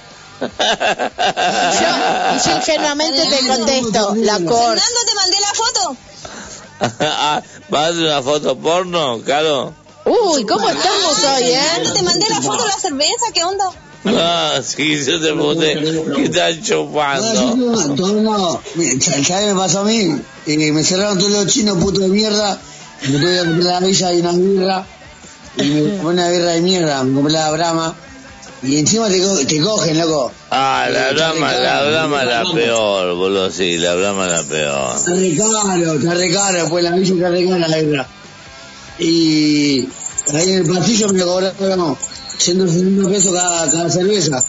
Yo ingenuamente te contesto, la Corse. Fernando, te mandé la foto. ¿Vas a hacer una foto porno, Caro? Uy, ¿cómo estamos hoy, Fernando, te mandé la foto de la cerveza, ¿qué onda? Ah, sí, yo te pregunté, ¿qué estás chupando? No, ¿sabes me pasó a mí? Me cerraron todos los chinos putos de mierda, me tuve que comprar la villa y unas birras, y me compré una birra de mierda, me compré la Brahma, y encima te cogen, loco. Ah, la Brahma es la peor, boludo, sí, la Brahma es la peor. Está re caro, pues la villa está re cara la birra. Y ahí en el pasillo me cobraron 160 pesos cada cerveza.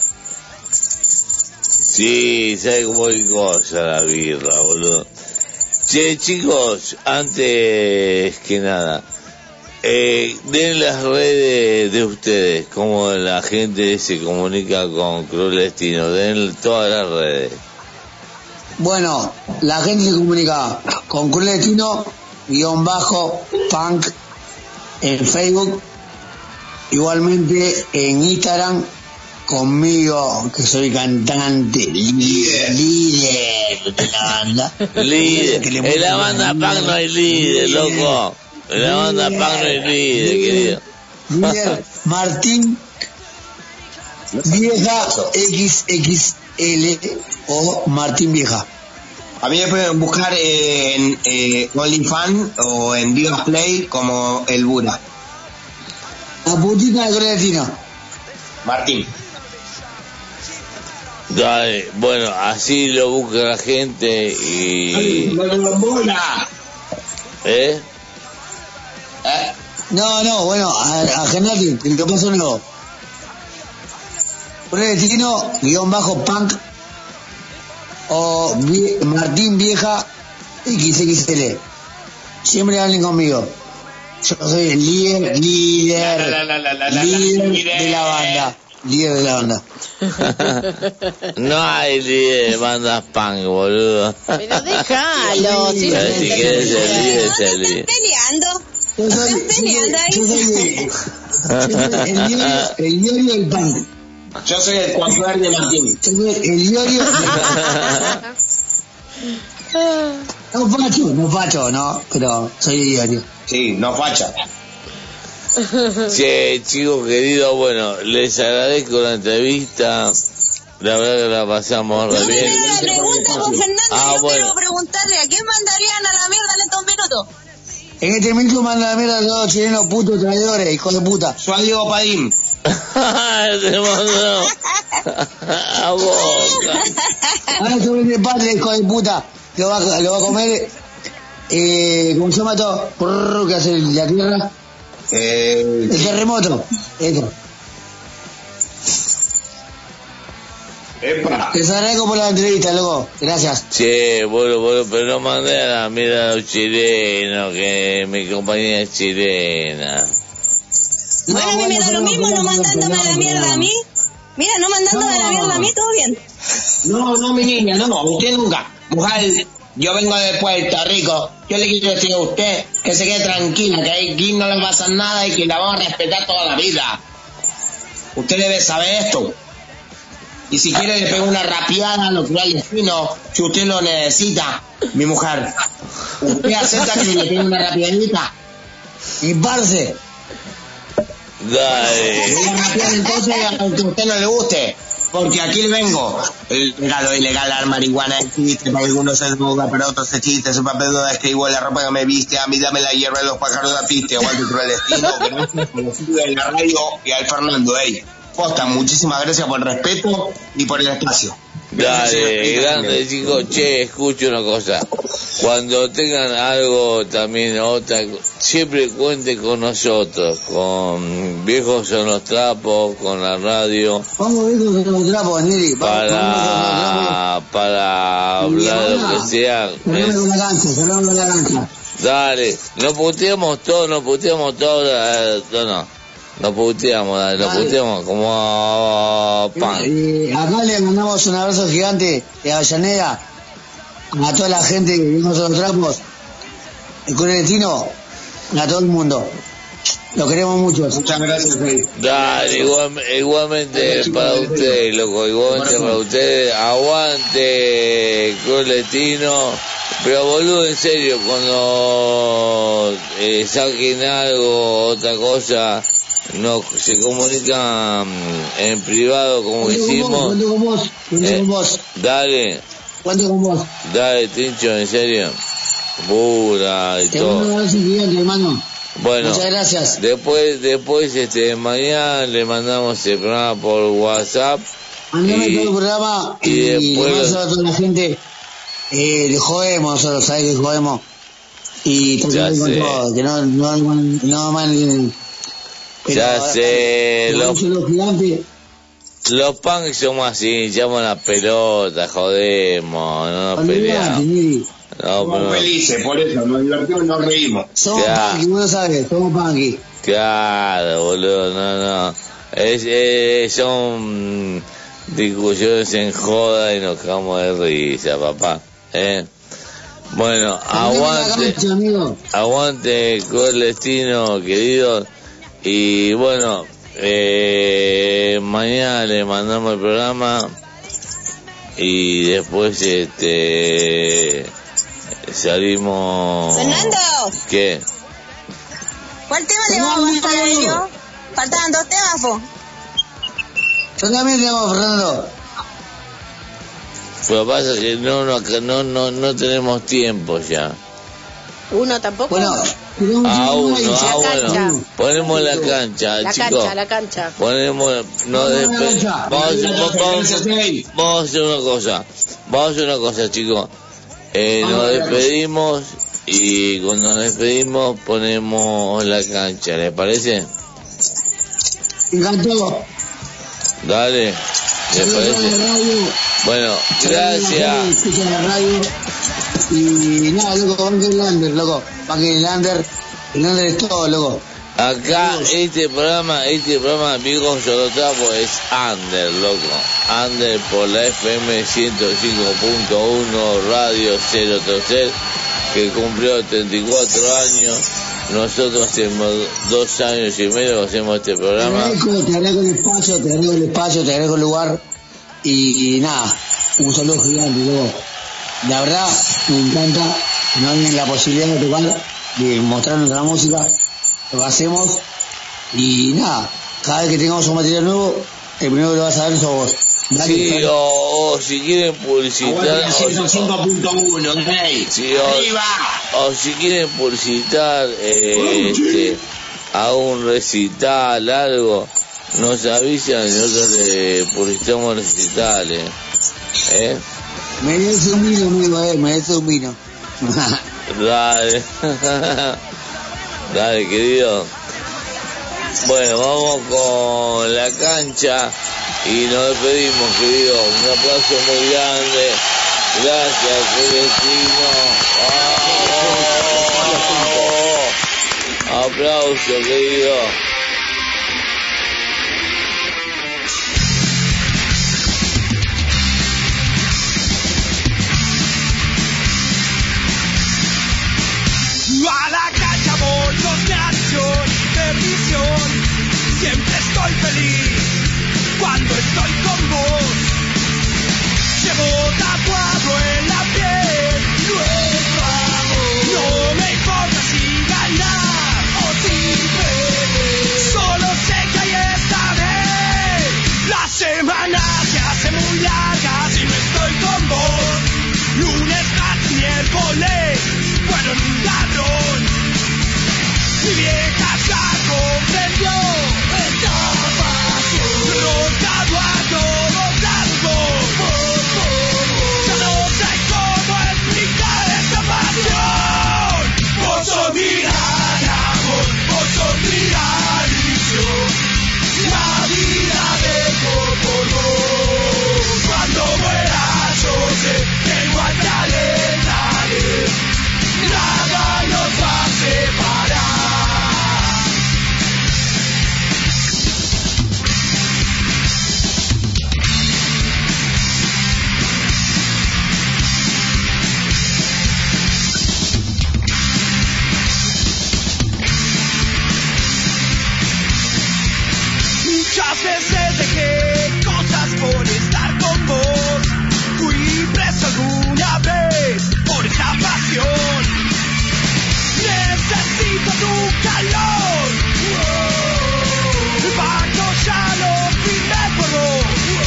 Sí, ¿sabes cómo hay cosa la birra, boludo? Che, chicos, antes que nada, den las redes de ustedes, cómo la gente se comunica con Cruel Destino, den todas las redes. Bueno, la gente se comunica con Clandestino _punk en Facebook, igualmente en Instagram conmigo, que soy cantante, líder de la banda. Líder. En la banda punk no hay líder, loco. En la banda punk no hay líder, querido. Líder Martín Vieja XXL o Martín Vieja. A mí me pueden buscar en OnlyFans o en Divas Play como El Bura. La putita de Clandestino. Martín. Dale, bueno, así lo busca la gente y... ¿Eh? No, bueno, a Genati, el que pasó nuevo. Clandestino _punk o Martín Vieja XXL. Siempre hablen conmigo. Yo soy el líder de la banda. Líder de la banda. No hay líder de bandas punk, boludo. Pero déjalo. Si quieres ser líder, ser líder. ¿Están peleando ahí? El diario del punk. Yo soy el cuadrar de Martín. El diario. No facho, no, pero soy el diario. Sí, no facha. Che, chicos queridos, bueno, les agradezco la entrevista. La verdad que la pasamos re bien. La pregunta con Fernando, yo bueno. quiero preguntarle a quién mandarían a la mierda en estos minutos. En este minuto manda la mierda a todos los chilenos putos traidores, hijos de puta. Yo a Diego Padín. Te mando a boca. Ahora se vuelve padre, hijo de puta. Lo va a comer, ¿cómo se llama todo? ¿Qué hace la tierra? El terremoto. Eso. Les agradezco por la entrevista, loco. Gracias. Che, bueno, pero no mandé a la mierda a los chilenos, que mi compañía es chilena. Bueno, a mí me da lo mismo, no mandándome a la mierda a mí. Mira, no mandándome a la mierda a mí, todo bien. No, mi niña, no, usted nunca. Mujer, yo vengo de Puerto Rico. Yo le quiero decir a usted que se quede tranquila, que aquí no le va a pasar nada y que la vamos a respetar toda la vida. Usted debe saber esto. Y si quiere le pego una rapeada a lo que al destino, si usted lo necesita, mi mujer. ¿Usted acepta que le pegue una rapeadita? Y parce. Dale. Voy a rapear entonces aunque a usted no le guste. Porque aquí vengo. El regalo ilegal a la marihuana existe, para algunos es droga, para otros es chiste. Ese papel no escribo en la ropa que me viste. A mí dame la hierba de los pájaros de piste. O al cruel destino, que no es conocido en la radio y al Fernando, Posta, muchísimas gracias por el respeto y por el espacio. Dale, grande chicos, che, escucho una cosa. Cuando tengan algo también, siempre cuente con nosotros, con Viejos Son los Trapos, con la radio. Vamos Viejos Son los Trapos, Neri. Para hablar de lo que sea. Cerramos la cancha. Dale, nos puteamos todos, no. Lo puteamos como pan. Acá le mandamos un abrazo gigante de Avellaneda a toda la gente que vimos los trapos, el Clandestino, a todo el mundo. Lo queremos mucho. Muchas gracias, Freddy. Dale, igualmente para ustedes, loco, igualmente para ustedes. Aguante, Clandestino. Pero boludo, en serio, cuando saquen algo, otra cosa, no se comunican en privado como hicimos. Cuento con vos. Dale. Cuento con vos. Dale, Tincho, en serio. Pura y te todo. Mando un abrazo gigante, hermano. Bueno, muchas gracias. Después mañana le mandamos el programa por WhatsApp. Mandame todo el programa y después le mando a toda la gente. Le jodemos nosotros, ¿sabes que jodemos? Y tratamos con todo, que no mal. Ya sé, los punks somos así, echamos la pelota, jodemos, no nos peleamos. Somos felices, por eso, nos divertimos y nos reímos. Somos punky, vos lo sabes, somos punky. Claro, boludo, no. Son discusiones en joda y nos cagamos de risa, papá. Bueno, aguante Colestino, querido. Y bueno, mañana le mandamos el programa y después salimos. Fernando. ¿Qué? ¿Cuál tema le vamos a pasar a ellos? Faltaban 2 temas, po. Yo también tengo, Fernando. Pero pasa que no tenemos tiempo ya. ¿Uno tampoco? Bueno, bueno. Ponemos la cancha, chicos. La cancha. Ponemos, vamos a hacer una cosa, chicos. Nos despedimos y cuando nos despedimos ponemos la cancha, ¿les parece? Encantó. Dale, ¿les parece? Bueno, gracias. Escucha la radio. Y nada, loco, banque el Lander, loco. Banque el Lander. El Lander es todo, loco. Acá, este programa, amigos, yo lo trapo, es Under, loco. Under por la FM 105.1 Radio 03, que cumplió 34 años. Nosotros hacemos 2 años y medio que hacemos este programa. Te agradezco el espacio, te agradezco el lugar. Y nada, un saludo gigante, loco. La verdad, me encanta que nos den la posibilidad de tocar, de mostrar nuestra música, lo que hacemos. Y nada, cada vez que tengamos un material nuevo, el primero que lo vas a ver sos vos. Dale, sí, o si quieren publicitar. 105.1, sí, o si quieren publicitar a un recital, algo, nos avisan y nosotros le publicitamos recitales. Merece un vino, amigo, merece un vino. Dale. Dale, querido. Bueno, vamos con la cancha y nos despedimos, querido. Un aplauso muy grande. Gracias, Celestino. ¡Oh! Aplauso, querido. A la cancha voy, no de acción, perdición. Siempre estoy feliz cuando estoy con vos. Llevo tatuado en la piel nuestro amor. No me importa si ganar o si perder. Solo sé que ahí estaré. La semana se hace muy larga si no estoy con vos. Lunes, martes, miércoles fueron un ladrón. Mi vieja ya comprendió esta pasión. Rotado a todos lados. Ya no sé cómo explicar esta pasión. Vos sos mi gran amor, vos sos mi gran ilusión. La vida dejo por vos. Cuando muera yo sé que igual te alentaré. Nada nos va a separar. Muchas veces dejé cosas por estar con vos. Fui preso alguna vez por esta pasión. Necesito tu calor. El barco ya no firme por vos.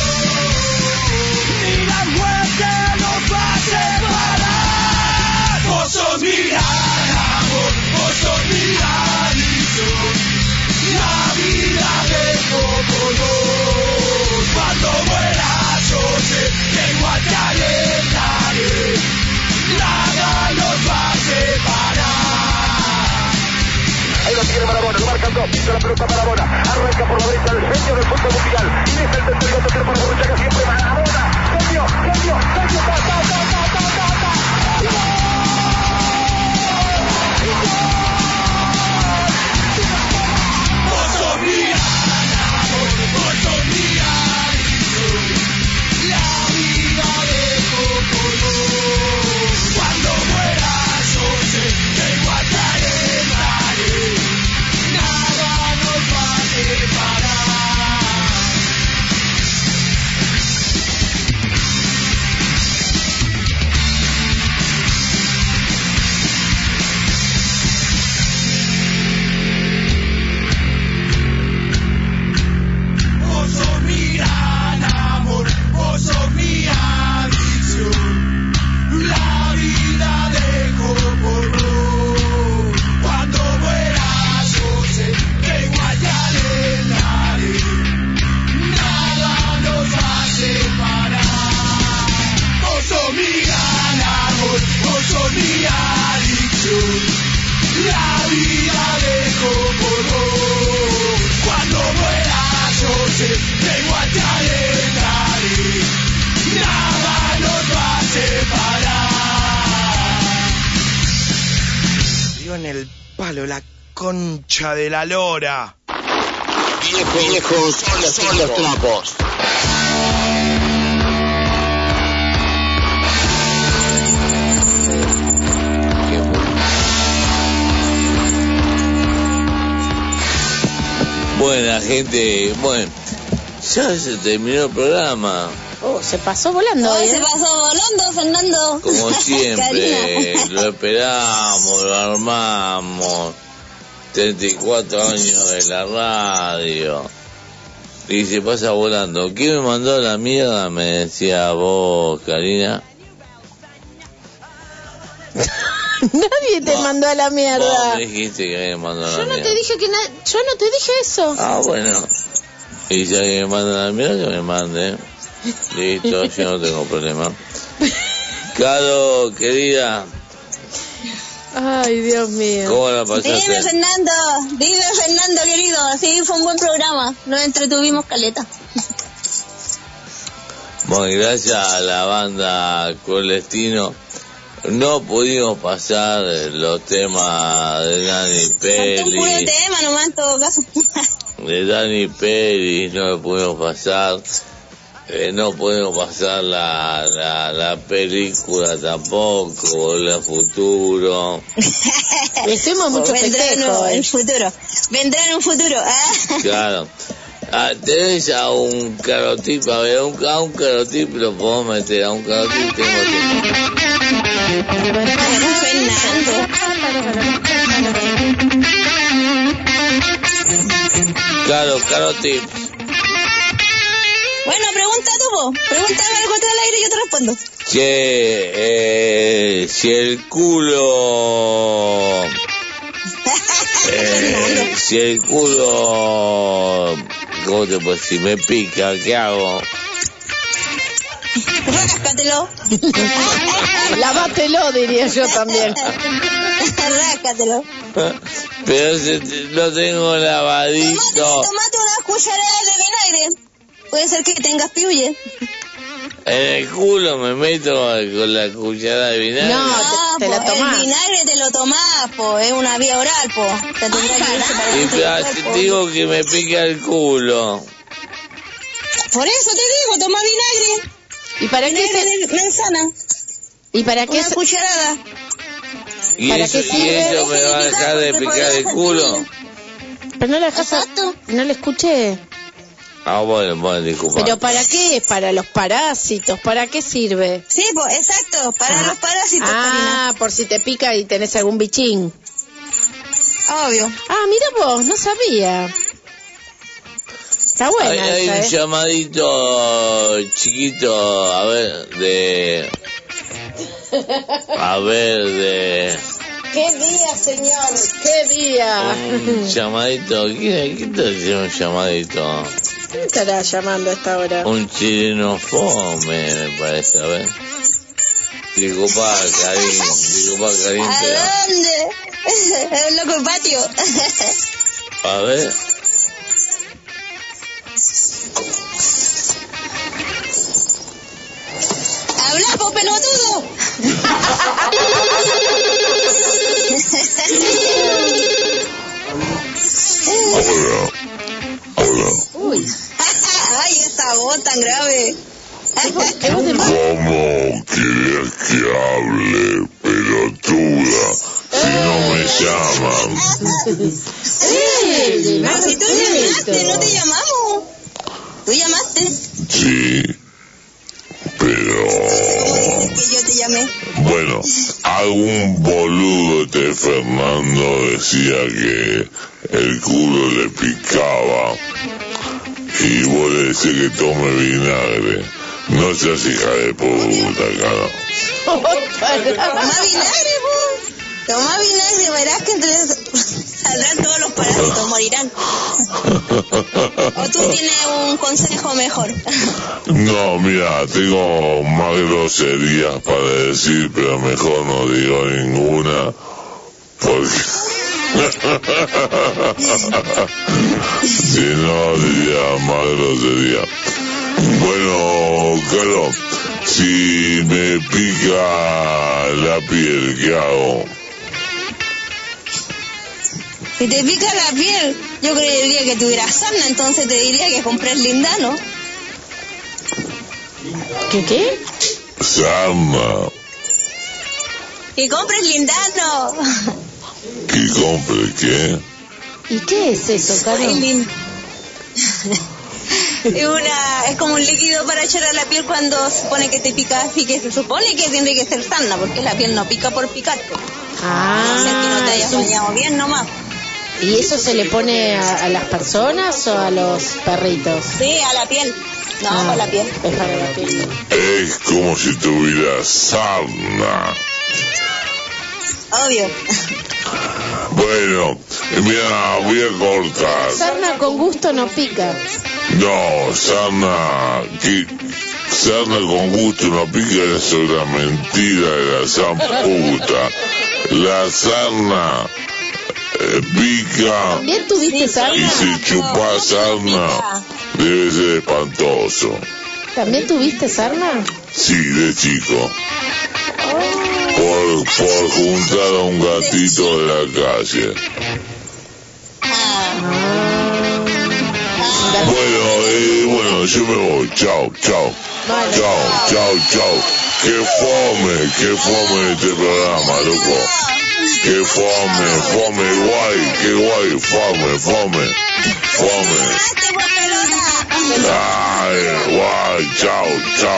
Ni la muerte nos va a separar. Vos sos mi gran amor, vos sos mi gran ilusión. La vida dejo por vos. Cuando muera yo sé que igual te alentaré. Nada nos va a separar. Ahí lo tiene Marabona, lo marcan dos, pisa la pelota Marabona, arranca por la derecha el genio del fútbol mundial, y deja el tercero, tercero por Borruchaga, siempre Marabona, genio, Vos sos mi gran amor, vos sos mi gran ilusión. en el palo, la concha de la lora. Viejos son los trapos. Buena gente, bueno, ya se terminó el programa. Oh, se pasó volando. Se pasó volando, Fernando. Como siempre, lo esperamos, lo armamos. 34 años de la radio. Y se pasa volando. ¿Quién me mandó a la mierda? Me decía vos, Karina. Nadie te mandó a la mierda. Vos me dijiste que me mandó a la mierda. Yo no te dije eso. Ah, bueno. Y si alguien me manda a la mierda, que me mande. Listo, yo no tengo problema. Caro, querida. Ay, Dios mío. ¿Cómo la pasaste? Dime, Fernando, querido. Sí, fue un buen programa. Nos entretuvimos caleta. Bueno, gracias a la banda Colestino no pudimos pasar los temas de Dani Peli. Un puro tema nomás en todo caso. De Dani Peli no lo pudimos pasar. No podemos pasar la película tampoco, Volver al Futuro. Hicimos mucho festejo. Vendrá en un futuro. Claro. Tenés a un carotip, a ver, a un carotip lo podemos meter, a un carotip tengo tiempo. Claro, carotip. Bueno, pregunta tú, pregúntame algo tú al aire y yo te respondo. Si el culo... si el culo... ¿Cómo te puedo decir? Me pica, ¿qué hago? Ráscatelo. Lávátelo, diría yo también. Ráscatelo. Pero lo tengo lavadito. Tomate unas cucharadas de vinagre. Puede ser que tengas piulle. En el culo me meto con la cucharada de vinagre. No, te la tomás. El vinagre te lo tomás, po. Es una vía oral, po. Te tendrá que irse para y te digo que me pica el culo. Por eso te digo, toma vinagre. ¿Y para vinagre qué de manzana? ¿Y para qué? Una cucharada. ¿Y eso me va a dejar de picar el culo? Pero no la dejas. No le escuché. Ah, bueno, disculpa. ¿Pero para qué? ¿Para los parásitos? ¿Para qué sirve? Sí, pues, exacto, para los parásitos, Karina. Por si te pica y tenés algún bichín. Obvio. Mira vos, no sabía. Está buena hay un llamadito chiquito, a ver, de... ¿Qué día, señor? ¿Qué día? Un llamadito, ¿quién te hace un llamadito? ¿Quién estará llamando a esta hora? Un chileno fome, me parece, a ver. Disculpa, Karim. ¿A dónde? Es un loco patio. A ver. ¡Habla, po, pelotudo! Hola. Uy. Ay, esa voz tan grave. ¿Cómo quieres que hable, pelotuda? Si no me llaman. Si tú llamaste, no te llamamos. ¿Tú llamaste? Sí, pero... Que yo te llamé. Bueno, algún boludo de Fernando decía que el culo le picaba y vos le decís que tome vinagre. No seas hija de puta, cara. Toma vinagre, vos. Toma vinagre, verás que entonces saldrán todos los parásitos, morirán. ¿O tú tienes un consejo mejor? No, mira, tengo más groserías para decir, pero mejor no digo ninguna, porque... si no, diría más grosería. Bueno, claro, si me pica la piel, ¿qué hago? Si te pica la piel, yo creería que tuvieras sarna, entonces te diría que compres Lindano. ¿Qué? Sarna. ¡Que compres Lindano! ¿Que compre qué? ¿Y qué es eso, Caro? Es como un líquido para echar a la piel cuando se supone que te pica, así que se supone que tiene que ser sarna, porque la piel no pica por picarte. O sea, que no te hayas bañado bien nomás. ¿Y eso se le pone a las personas o a los perritos? Sí, a la piel. No, para la piel. Es para la piel. Es como si tuviera sarna. Obvio. Bueno, mira, voy a cortar. Sarna con gusto no pica. No, sarna con gusto no pica, eso es la mentira de la zamputa. La sarna pica. ¿También tuviste sarna? Y si chupas sarna, debe ser espantoso. ¿También tuviste sarna? Sí, de chico. Por juntar a un gatito de la calle. Bueno, yo me voy. Chao. Vale. Chao. Qué fome este programa, loco. Qué fome, guay, fome. Ay, guay, chao.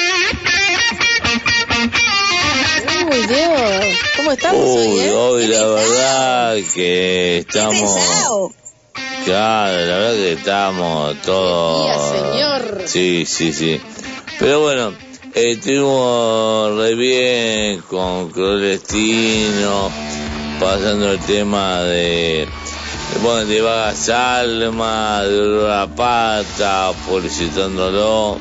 Uy, Diego, ¿cómo estamos hoy, hoy la verdad que estamos... Claro, la verdad que estamos todos... señor. Sí. Pero bueno, estuvimos re bien con Clandestino, pasando el tema de Vagas Alma, de Olor a Pata, publicitándolo,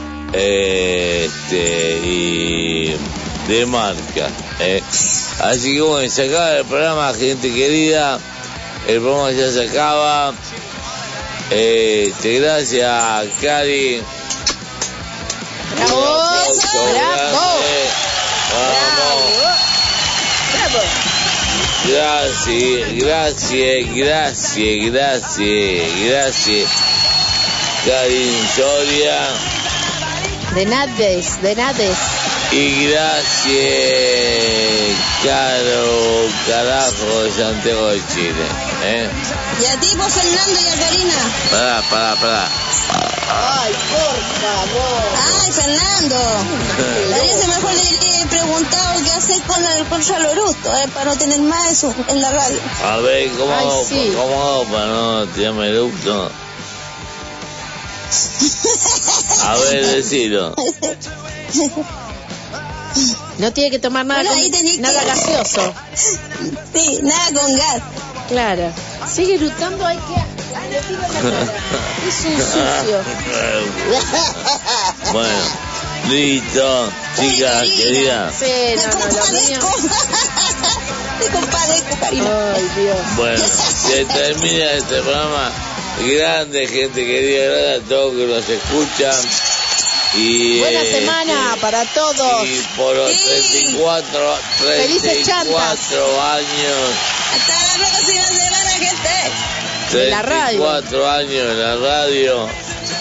y de marca. Así que bueno, se acaba el programa, gente querida. El programa ya se acaba. Gracias, Cari. Bravo. Gracias. Cari Soria. De Nades. Y gracias, carajo de Santiago de Chile. Y a ti, pues, Fernando, y a Karina. Pará. Ay, por favor. Ay, Fernando. Parece mejor le he preguntado qué hacer con el Contraloruto, para no tener más eso en la radio. A ver, ¿cómo hago para no tirarme eructo? A ver, decilo. No tiene que tomar nada, nada gaseoso. Sí, nada con gas. Claro. Sigue eructando, hay que... Le tiro la cara. Es un sucio. Bueno, listo, chicas, querida. Sí, Te compadezco, Karina. Ay, Dios. Bueno, se termina este programa. Grande, gente querida, gracias a todos que nos escuchan. Y, buena semana para todos. Y por los 34 años. Hasta la próxima semana, gente. 34 años en la radio.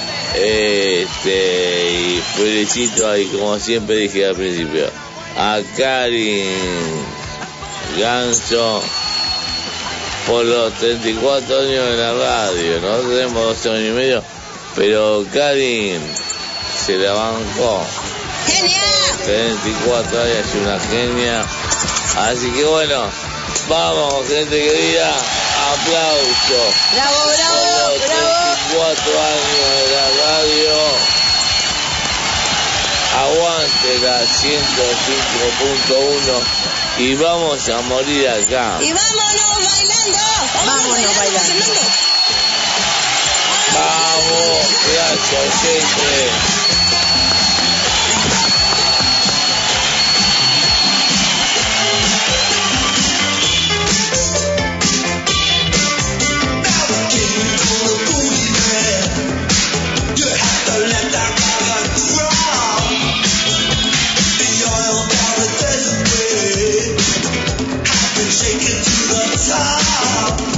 Y felicito ahí, como siempre dije al principio, a Karin Ganso por los 34 años en la radio. Nosotros tenemos 12 años y medio, pero Karin se la bancó. ¡Genial! 34 años, es una genia. Así que bueno, vamos, gente querida, aplauso. Bravo. 34 años de la radio. Aguante la 105.1 y vamos a morir acá. Y vámonos bailando. Vámonos bailando. Vamos, gracias, gente. Take it to the top.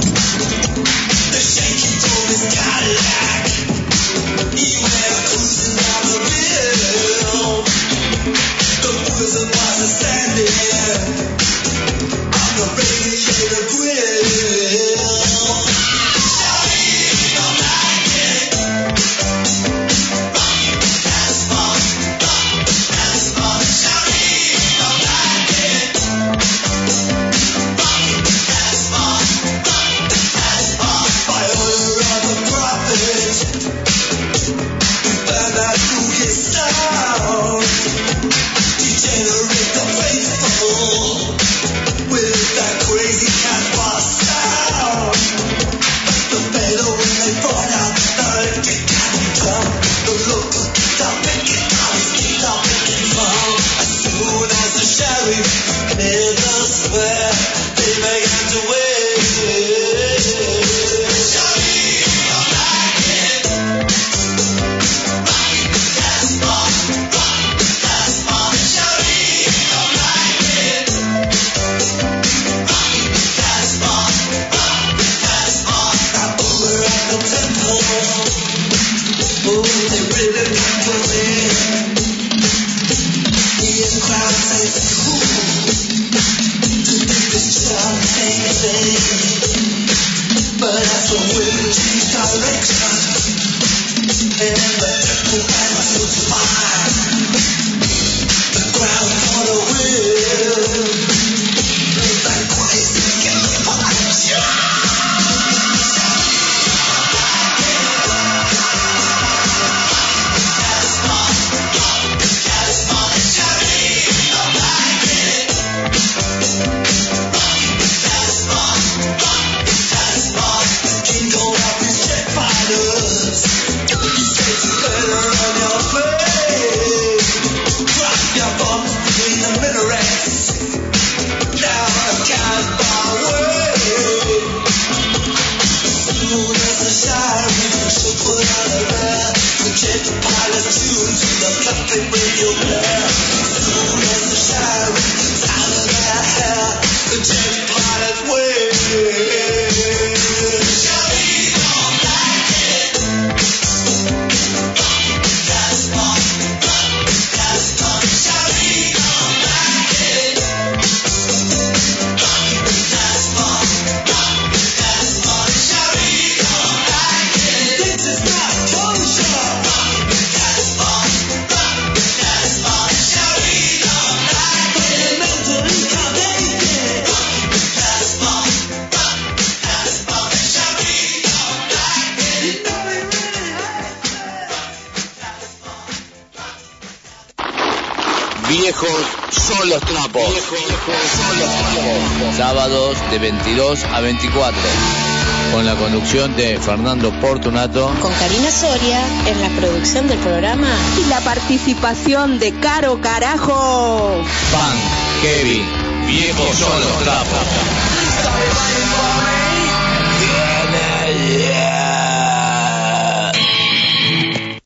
Viejos son los trapos. Sábados de 22 a 24. Con la conducción de Fernando Portunato. Con Karina Soria en la producción del programa. Y la participación de Caro Carajo. Pan, Kevin, viejos son los trapos.